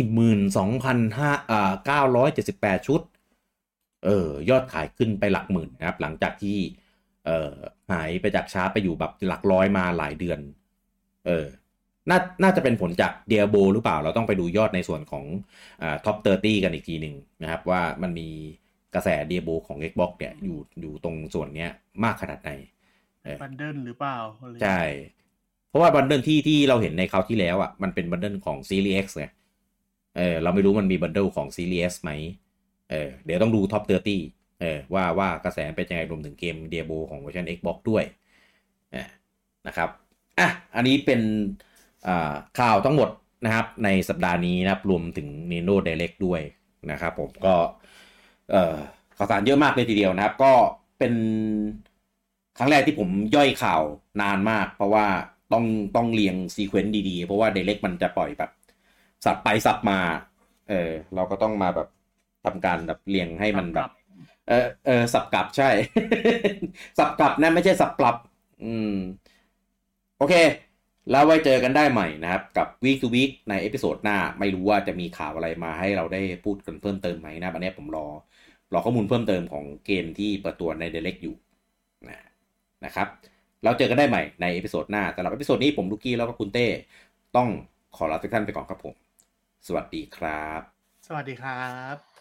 12,978 ชุดยอดขายขึ้นไปหลักหมื่นนะครับหลังจากที่หายไปจากชาร์ตไปอยู่แบบหลักร้อยมาหลายเดือนน่าจะเป็นผลจาก Diablo หรือเปล่าเราต้องไปดูยอดในส่วนของท็อป 30 กันอีกทีหนึ่งนะครับว่ามันมีกระแส Diablo ของ Xbox เนี่ยอยู่ตรงส่วนเนี้ยมากขนาดไหนบันเดิลหรือเปล่าใช่เพราะว่าบันเดิลที่เราเห็นในคราวที่แล้วอ่ะมันเป็นบันเดิลของ Series X ไงเราไม่รู้มันมีบันเดิลของ Series S ไหมเดี๋ยวต้องดูท็อป 30ว่ากระแสเป็นยังไงรวมถึงเกม Diablo ของเวอร์ชัน Xbox ด้วยนะครับอันนี้เป็นข่าวทั้งหมดนะครับในสัปดาห์นี้นะครับรวมถึง Nintendo Direct ด้วยนะครับผมก็ข่าวสารเยอะมากเลยทีเดียวนะครับก็เป็นครั้งแรกที่ผมย่อยข่าวนานมากเพราะว่าต้องเรียงซีเควนต์ดีๆเพราะว่า Direct มันจะปล่อยแบบสับไปสับมาเราก็ต้องมาแบบทำการแบบเรียงให้มันแบบสับกลับใช่ สับกลับนะไม่ใช่สับปรับโอเคแล้วไว้เจอกันได้ใหม่นะครับกับ Week to Week ในเอพิโซดหน้าไม่รู้ว่าจะมีข่าวอะไรมาให้เราได้พูดกันเพิ่มเติมไหมนะอันนี้ผมรอข้อมูลเพิ่มเติมของเกมที่เปิดตัวใน Direct อยู่นะครับเราเจอกันได้ใหม่ในเอพิโซดหน้าสำหรับเอพิโซดนี้ผมลูกี้แล้วก็คุณเต้ต้องขอลาทุกท่านไปก่อนครับผมสวัสดีครับสวัสดีครับ